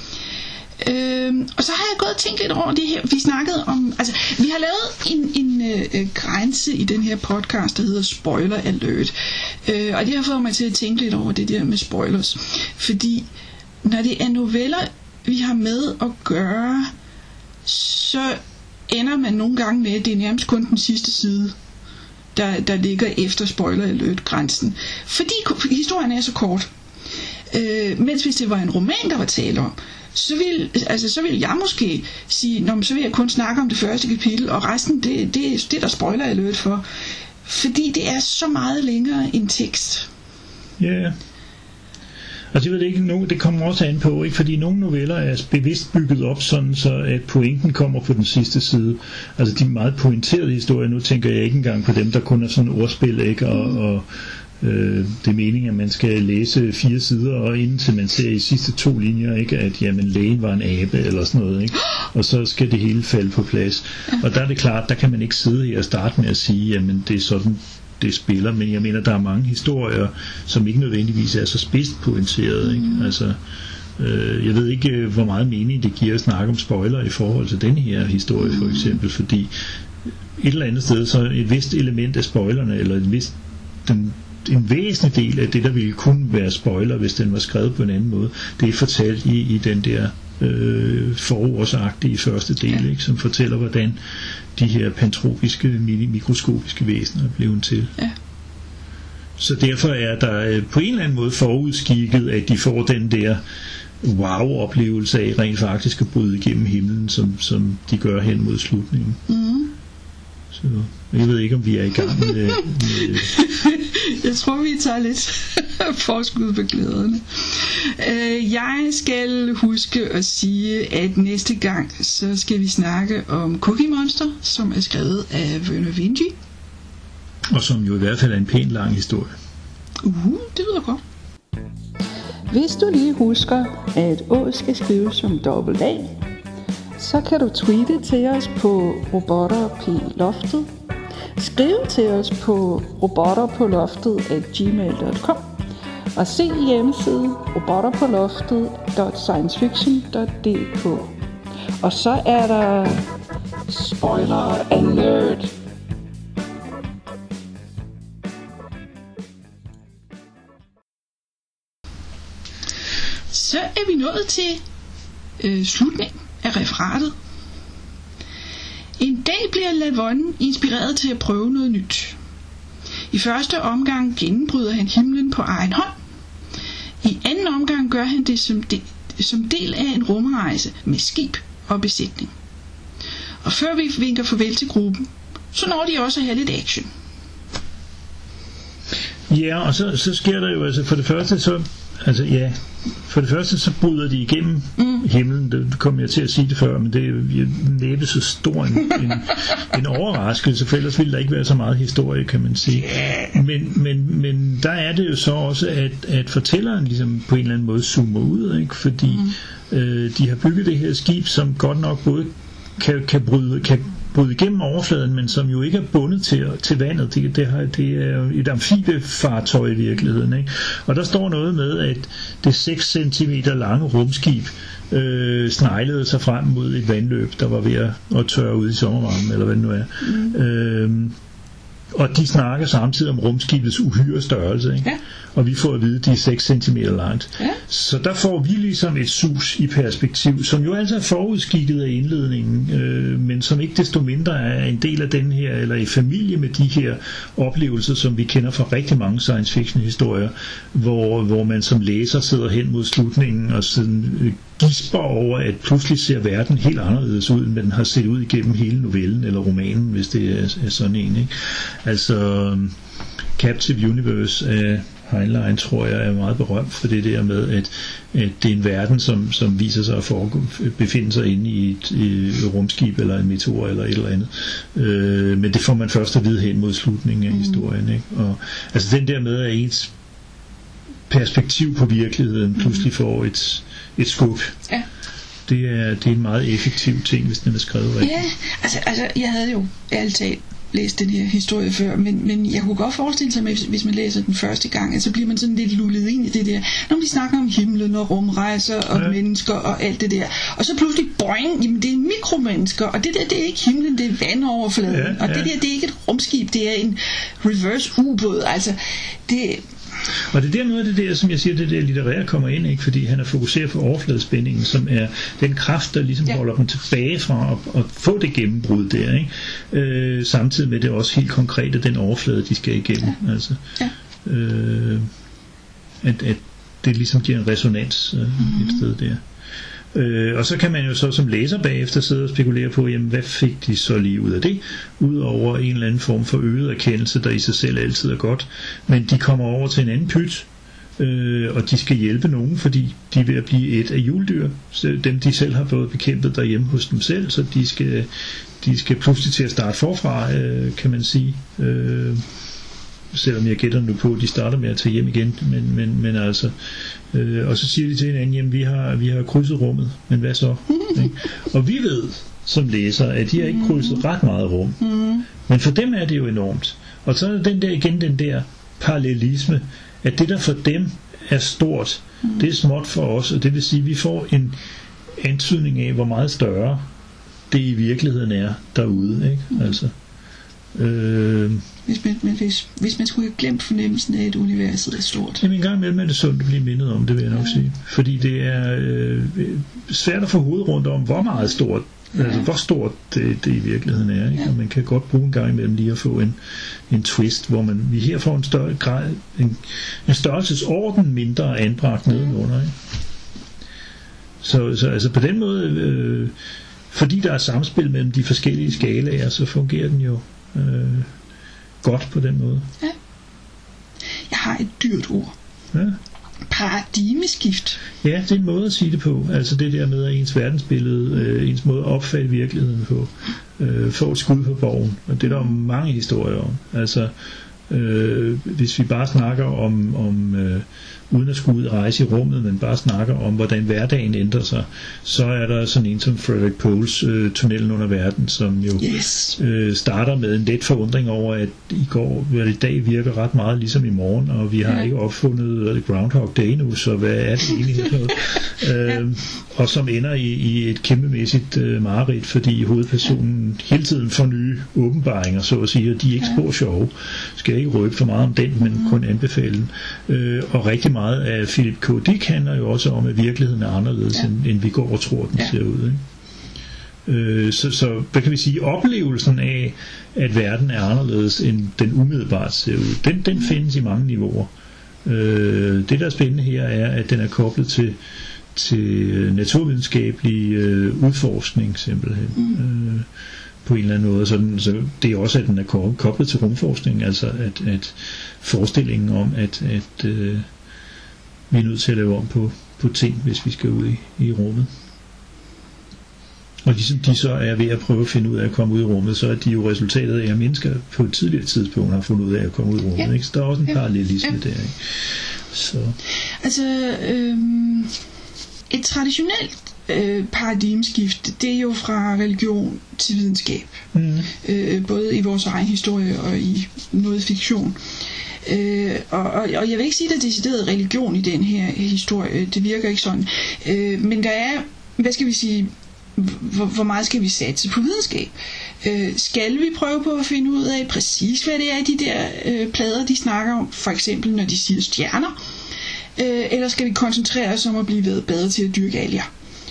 Øhm, og så har jeg gået og tænkt lidt over det her. Vi snakkede om, altså vi har lavet en, en øh, grænse i den her podcast, der hedder Spoiler Alert, øh, og det har fået mig til at tænke lidt over det der med spoilers, fordi når det er noveller vi har med at gøre, så ender man nogle gange med, at det er nærmest kun den sidste side der, der ligger efter Spoiler Alert grænsen, fordi historien er så kort. øh, mens hvis det var en roman der var tale om, så vil, altså, så vil jeg måske sige, nå, men så vil jeg kun snakke om det første kapitel, og resten, det, det, det der spoiler jeg løbet for. Fordi det er så meget længere end tekst.
Ja, yeah. Altså det, ikke, no, det kommer også an på, ikke? Fordi nogle noveller er bevidst bygget op sådan, så at pointen kommer på den sidste side. Altså de meget pointerede historier, nu tænker jeg ikke engang på dem, der kun er sådan ordspil, ikke? Og, mm. og øh, det er meningen, at man skal læse fire sider, og indtil man ser i sidste to linjer, ikke? At jamen, lægen var en abe, eller sådan noget, ikke? Og så skal det hele falde på plads. Og der er det klart, der kan man ikke sidde her og starte med at sige, jamen det er sådan, det spiller, men jeg mener, der er mange historier, som ikke nødvendigvis er så spidst pointeret, ikke? Mm. Altså, øh, jeg ved ikke, hvor meget mening det giver at snakke om spoiler i forhold til den her historie, for eksempel, fordi et eller andet sted, så et vist element af spoilerne, eller et vist, den, en væsentlig del af det, der ville kunne være spoiler, hvis den var skrevet på en anden måde, det er fortalt i, i den der øh, forordsagtige første del, ikke? Som fortæller, hvordan de her pantropiske, mikroskopiske væsener er blevet til. Ja. Så derfor er der på en eller anden måde forudskikket, at de får den der wow-oplevelse af rent faktisk at bryde igennem himlen, som, som de gør hen mod slutningen. Mm. Så jeg ved ikke, om vi er i gang med, med
jeg tror, vi tager lidt forskud på glæderne. Jeg skal huske at sige, at næste gang, så skal vi snakke om Cookie Monster, som er skrevet af Vernor Vinge.
Og som jo i hvert fald er en pæn lang historie.
Uh, det lyder godt.
Hvis du lige husker, at Å skal skrives som dobbelt A, så kan du tweete til os på robotter på loftet. Skriv til os på robotterpåloftet at gmail punktum com og se hjemmesiden robotterpåloftet punktum science fiction punktum d k. Og så er der Spoiler Alert.
Så er vi nået til øh, slutningen af referatet. En dag bliver Lavon inspireret til at prøve noget nyt. I første omgang gennembryder han himlen på egen hånd. I anden omgang gør han det som, de, som del af en rumrejse med skib og besætning. Og før vi vinker farvel til gruppen, så når de også at have lidt action.
Ja, og så, så sker der jo altså for det første så, altså ja, for det første så bryder de igennem mm. himlen. Det kom jeg til at sige det før, men det er næppe så stor en, en, en overraskelse, for ellers ville der ikke være så meget historie, kan man sige. Men, men, men der er det jo så også, at, at fortælleren ligesom på en eller anden måde zoomer ud, ikke? Fordi mm. øh, de har bygget det her skib, som godt nok både kan, kan bryde kan bryde igennem overfladen, men som jo ikke er bundet til, til vandet. Det, det, har, det er jo et amfibiefartøj i virkeligheden, ikke? Og der står noget med, at det seks centimeter lange rumskib øh, sneglede sig frem mod et vandløb, der var ved at, at tørre ud i sommervarmen, eller hvad det nu er. Mm. Øh, og de snakker samtidig om rumskibets uhyre størrelse, ikke? Ja. Og vi får at vide, at de er seks centimeter langt. Ja. Så der får vi ligesom et sus i perspektiv, som jo altså er forudskikket af indledningen, øh, men som ikke desto mindre er en del af den her, eller i familie med de her oplevelser, som vi kender fra rigtig mange science fiction historier, hvor, hvor man som læser sidder hen mod slutningen og sådan øh, gisper over, at pludselig ser verden helt anderledes ud, end den har set ud igennem hele novellen eller romanen, hvis det er, er sådan en, ikke? Altså Captive Universe af Heinlein, tror jeg, er meget berømt for det der med, at, at det er en verden, som, som viser sig at foregå, befinde sig inde i et, i et rumskib eller en meteor eller et eller andet. Øh, men det får man først at vide hen mod slutningen af mm. historien, ikke? Og, altså den der med, at ens perspektiv på virkeligheden pludselig får et, et skub. Ja. det er, det er en meget effektiv ting, hvis den er skrevet rigtigt.
Ja, altså, altså jeg havde jo ærligt talt læst den her historie før, men, men jeg kunne godt forestille sig, at hvis man læser den første gang, så bliver man sådan lidt lullet ind i det der, når de snakker om himlen og rumrejser og ja. mennesker og alt det der, og så pludselig, boing, jamen det er mikromennesker, og det der, det er ikke himlen, det er vandoverfladen, ja, ja. og det der, det er ikke et rumskib, det er en reverse ubåd, altså det.
Og det er der noget af det der, som jeg siger, det der litterære kommer ind, ikke? Fordi han er fokuseret på overfladespændingen, som er den kraft, der ligesom ja. holder dem tilbage fra at, at få det gennembrud der, ikke? Øh, samtidig med det også helt konkrete, den overflade, de skal igennem. Ja. Altså, ja. øh, at, at det ligesom giver en resonans øh, mm-hmm. et sted der. Øh, og så kan man jo så som læser bagefter sidde og spekulere på, jamen hvad fik de så lige ud af det, udover en eller anden form for øget erkendelse, der i sig selv altid er godt, men de kommer over til en anden pyt, øh, og de skal hjælpe nogen, fordi de er ved at blive et af juledyr, dem de selv har fået bekæmpet derhjemme hos dem selv, så de skal, de skal pludselig til at starte forfra, øh, kan man sige, øh, selvom jeg gætter nu på, at de starter med at tage hjem igen, men, men, men altså øh, og så siger de til hinanden, jamen vi har, vi har krydset rummet, men hvad så? Ikke? Og vi ved som læser, at de har ikke krydset ret meget rum, men for dem er det jo enormt, og så er den der igen den der parallelisme, at det der for dem er stort, det er småt for os, og det vil sige, at vi får en antydning af, hvor meget større det i virkeligheden er derude, ikke? Altså øh,
Hvis man, men hvis, hvis man skulle have glemt fornemmelsen af, at universet er stort.
Jamen en gang imellem er det sundt at blive mindet om, det vil jeg nok ja. sige. Fordi det er øh, svært at få hovedet rundt om, hvor meget stort, ja. altså hvor stort det, det i virkeligheden er. Ikke? Ja. Og man kan godt bruge en gang imellem lige at få en, en twist, hvor man vi her får en, større grad, en, en størrelsesorden mindre anbragt nedenunder. Ikke? Så, så altså på den måde, øh, fordi der er samspil mellem de forskellige skalaer, så fungerer den jo øh, godt på den måde.
Ja. Jeg har et dyrt ord.
Ja.
Paradigmeskift.
Ja, det er en måde at sige det på. Altså det der med at ens verdensbillede, øh, ens måde at opfatte virkeligheden på, øh, får et skud på borgen. Og det er der mange historier om. Altså øh, hvis vi bare snakker om, om øh, uden at skulle ud og rejse i rummet, men bare snakker om, hvordan hverdagen ændrer sig, så er der sådan en som Frederik Poles øh, Tunnelen under verden, som jo
yes.
øh, starter med en let forundring over, at i går, eller i dag virker ret meget ligesom i morgen, og vi har ja. ikke opfundet Groundhog Day nu, så hvad er det egentlig for noget? ja. øh, og som ender i, i et kæmpemæssigt øh, mareridt, fordi hovedpersonen hele tiden får nye åbenbaringer, så at sige, og de er ikke spor sjove. Skal jeg ikke røbe for meget om den, men mm. kun anbefale den. Øh, og rigtig meget af Philip K. Dick handler jo også om, at virkeligheden er anderledes, ja. end, end vi går og tror, den ja. ser ud. Ikke? Øh, så, så hvad kan vi sige, oplevelsen af, at verden er anderledes, end den umiddelbart ser ud, den, den findes i mange niveauer. Øh, det, der er spændende her, er, at den er koblet til, til naturvidenskabelig øh, udforskning, simpelthen. Mm. Øh, på en eller anden måde, så, den, så det er også, at den er koblet til rumforskning, altså at, at forestillingen om, at, at øh, vi er nødt til at lave om på, på ting, hvis vi skal ud i, i rummet. Og ligesom de så er ved at prøve at finde ud af at komme ud i rummet, så er de jo resultatet af, at mennesker på et tidligere tidspunkt har fundet ud af at komme ud i rummet. Ja. Ikke? Så der er også en ja. parallelisme ja. der. Ikke? Så.
Altså, øh, et traditionelt øh, paradigmeskift, det er jo fra religion til videnskab. Mm. Øh, både i vores egen historie og i noget fiktion. Øh, og, og, og jeg vil ikke sige, at der er decideret religion i den her historie. Det virker ikke sådan. Øh, men der er, hvad skal vi sige, hvor, hvor meget skal vi satse på videnskab? Øh, skal vi prøve på at finde ud af præcis, hvad det er, de der øh, plader, de snakker om? For eksempel, når de siger stjerner. Øh, eller skal vi koncentrere os om at blive bedre til at dyrke alger?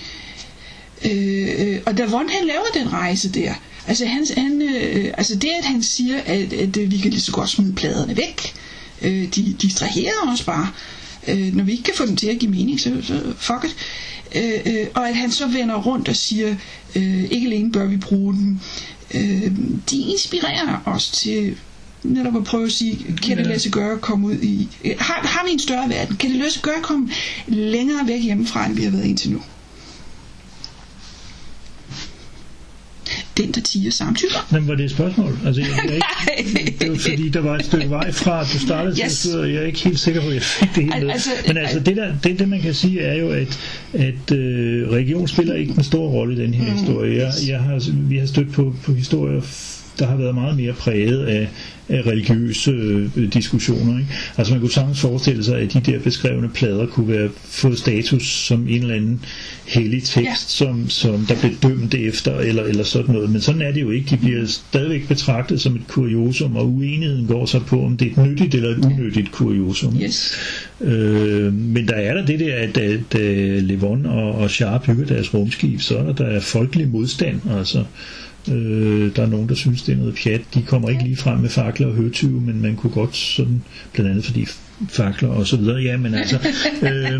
Øh, og da Vaughn han laver den rejse der, altså, han, han, øh, altså det at han siger at, at, at vi kan lige så godt smide pladerne væk, øh, de distraherer os bare, øh, når vi ikke kan få dem til at give mening, så, så fuck it, øh, øh, og at han så vender rundt og siger øh, ikke alene bør vi bruge dem, øh, de inspirerer os til netop at prøve at sige, kan det lade sig gøre at komme ud i, har, har vi en større verden, kan det lade sig gøre at komme længere væk hjemmefra, end vi har været indtil nu. den, der tiger samtykker.
Men var det et spørgsmål? Altså, jeg, jeg ikke, det var fordi, der var et stykke vej fra, at du startede
Yes.
til, og jeg er ikke helt sikker på, at jeg fik det hele med.
Altså,
Men altså, det, der, det, det man kan sige, er jo, at, at øh, religion spiller ikke en stor rolle i den her mm, historie. Jeg, jeg har, vi har stødt på, på historier, der har været meget mere præget af, af religiøse øh, diskussioner. Ikke? Altså man kunne sagtens forestille sig, at de der beskrevne plader kunne være fået status som en eller anden hellig tekst, ja. som, som der blev dømt efter, eller, eller sådan noget. Men sådan er det jo ikke. De bliver stadigvæk betragtet som et kuriosum, og uenigheden går så på, om det er et nyttigt eller et unødigt kuriosum.
Yes.
Øh, men der er der det der, at, at, at Levon og, og Char bygger deres rumskib, så er der, der er folkelig modstand, altså. Øh, der er nogen, der synes, det er noget pjat. De kommer ikke lige frem med fakler og høtyve, men man kunne godt sådan, blandt andet fordi fakler og så videre, ja, men altså øh,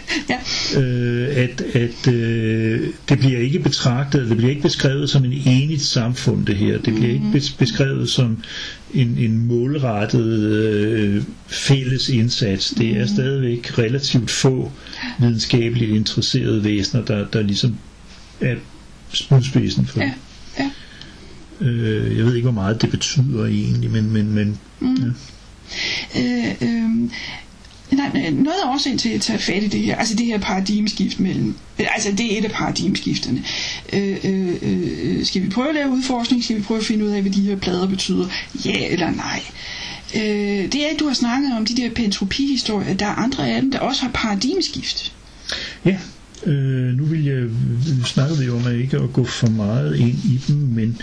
øh, at, at øh, det bliver ikke betragtet, det bliver ikke beskrevet som en enigt samfund, det her. Det bliver ikke beskrevet som en, en målrettet øh, fælles indsats. Det er stadigvæk relativt få videnskabeligt interesserede væsener, der, der ligesom er spydspidsen for det.
Ja.
Øh, jeg ved ikke, hvor meget det betyder egentlig, men... men, men
mm.
ja.
øh, øh, nej, noget af årsagen til at tage fat i det her, altså det her paradigmeskift mellem, altså det er et af paradigmeskifterne. Øh, øh, øh, skal vi prøve at lave udforskning? Skal vi prøve at finde ud af, hvad de her plader betyder? Ja eller nej? Øh, det er, at du har snakket om de der pentropi-historier, der er andre af dem, der også har paradigmeskift.
Ja. Øh, nu vil jeg snakke vi om at ikke at gå for meget ind i dem, men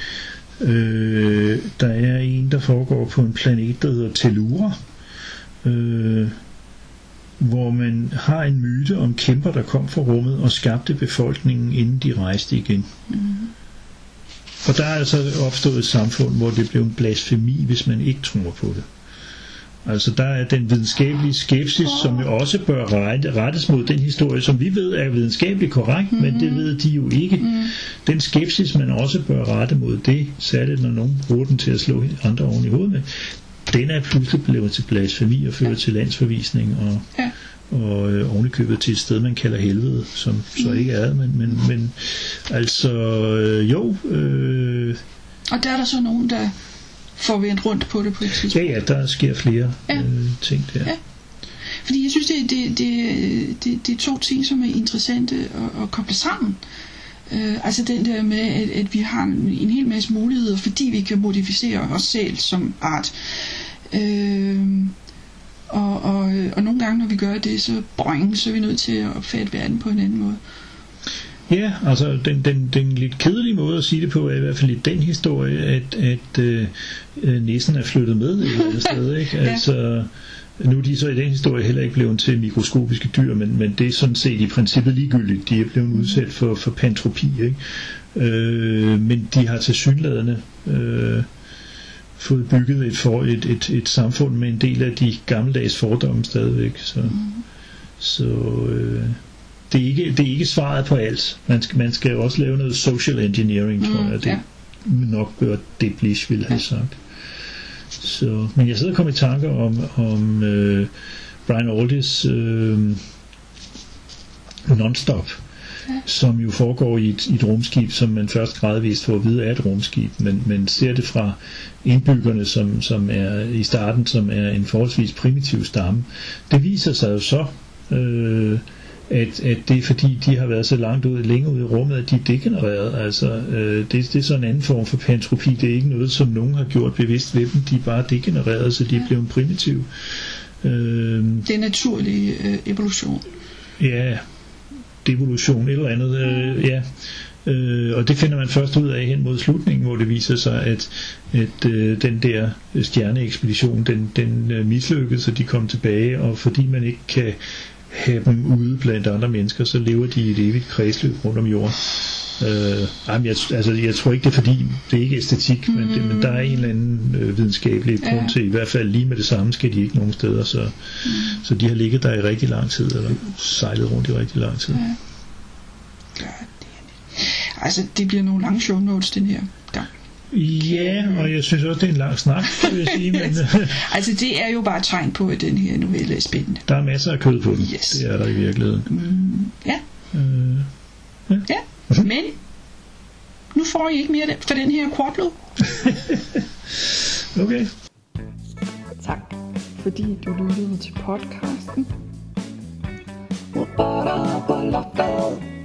øh, der er en, der foregår på en planet, der hedder Tellura, øh, hvor man har en myte om kæmper, der kom fra rummet og skabte befolkningen, inden de rejste igen. Mm-hmm. Og der er altså opstået et samfund, hvor det blev en blasfemi, hvis man ikke tror på det. Altså der er den videnskabelige skepsis, som jo også bør rettes mod den historie, som vi ved er videnskabeligt korrekt, mm-hmm. men det ved de jo ikke. Mm. Den skepsis, man også bør rette mod det, særligt når nogen bruger den til at slå andre oven i hovedet med, den er pludselig blevet til blasfemi og fører ja. til landsforvisning og, ja. og øh, ovenikøbet til et sted, man kalder helvede, som mm. så ikke er, men, men, men altså øh, jo... Øh,
og der er der så nogen, der får vendt rundt på det på et tidspunkt.
Ja, ja, der sker flere ja. øh, ting der. Ja.
Fordi jeg synes, det, det, det, det, det er to ting, som er interessante at, at koble sammen. Øh, altså den der med, at, at vi har en, en hel masse muligheder, fordi vi kan modificere os selv som art. Øh, og, og, og nogle gange, når vi gør det, så, boing, så er vi nødt til at opfatte verden på en anden måde.
Ja, altså den, den, den lidt kedelige måde at sige det på er i hvert fald i den historie, at, at øh, næsen er flyttet med et eller andet sted, ikke? Ja. Altså, nu er de så i den historie heller ikke blevet til mikroskopiske dyr, men, men det er sådan set i princippet ligegyldigt. De er blevet udsat for, for pantropi, ikke? Øh, men de har tilsyneladende øh, fået bygget et, for, et, et, et samfund med en del af de gammeldags fordomme stadigvæk. Så, mm. så øh, det, er ikke, det er ikke svaret på alt. Man skal, man skal også lave noget social engineering, tror jeg. Mm, det ja. nok bør det Blish ville have sagt. Så, men jeg sidder og kommer i tanker om, om øh, Brian Aldis øh, Non-Stop, ja. som jo foregår i et, i et rumskib, som man først gradvist får at vide er et rumskib, men, men ser det fra indbyggerne, som, som er i starten, som er en forholdsvis primitiv stamme. Det viser sig jo så, øh, at, at det er fordi, de har været så langt ud, længe ude i rummet, at de er degenereret. Altså, øh, det, det er sådan en anden form for pantropi. Det er ikke noget, som nogen har gjort bevidst ved dem. De er bare degenereret, så de er blevet primitive. Øh,
det er naturlig øh, evolution.
Ja, devolution, et eller andet. Øh, ja. Øh, og det finder man først ud af hen mod slutningen, hvor det viser sig, at, at øh, den der stjerneekspedition, den, den øh, mislykkes, og de kom tilbage, og fordi man ikke kan have dem ude blandt andre mennesker, så lever de i et evigt kredsløb rundt om jorden. Øh, jeg, altså, jeg tror ikke, det er fordi, det er ikke æstetik, mm. men, det, men der er en eller anden øh, videnskabelig grund ja. til, i hvert fald lige med det samme skal de ikke nogen steder, så, mm. så de har ligget der i rigtig lang tid, eller sejlet rundt i rigtig lang tid. Ja.
Altså, det bliver nogle lange show notes, den her gang.
Ja, og jeg synes også, det er en lang snak, vil jeg sige. Men
altså, det er jo bare et tegn på, at den her novelle er spændende.
Der er masser af kød på den.
Yes.
Det er der i virkeligheden.
Mm, ja.
Øh, ja.
Ja, men Nu får I ikke mere for den her Quadlo.
Okay.
Tak, fordi du lyttede til podcasten. Robotter på loftet.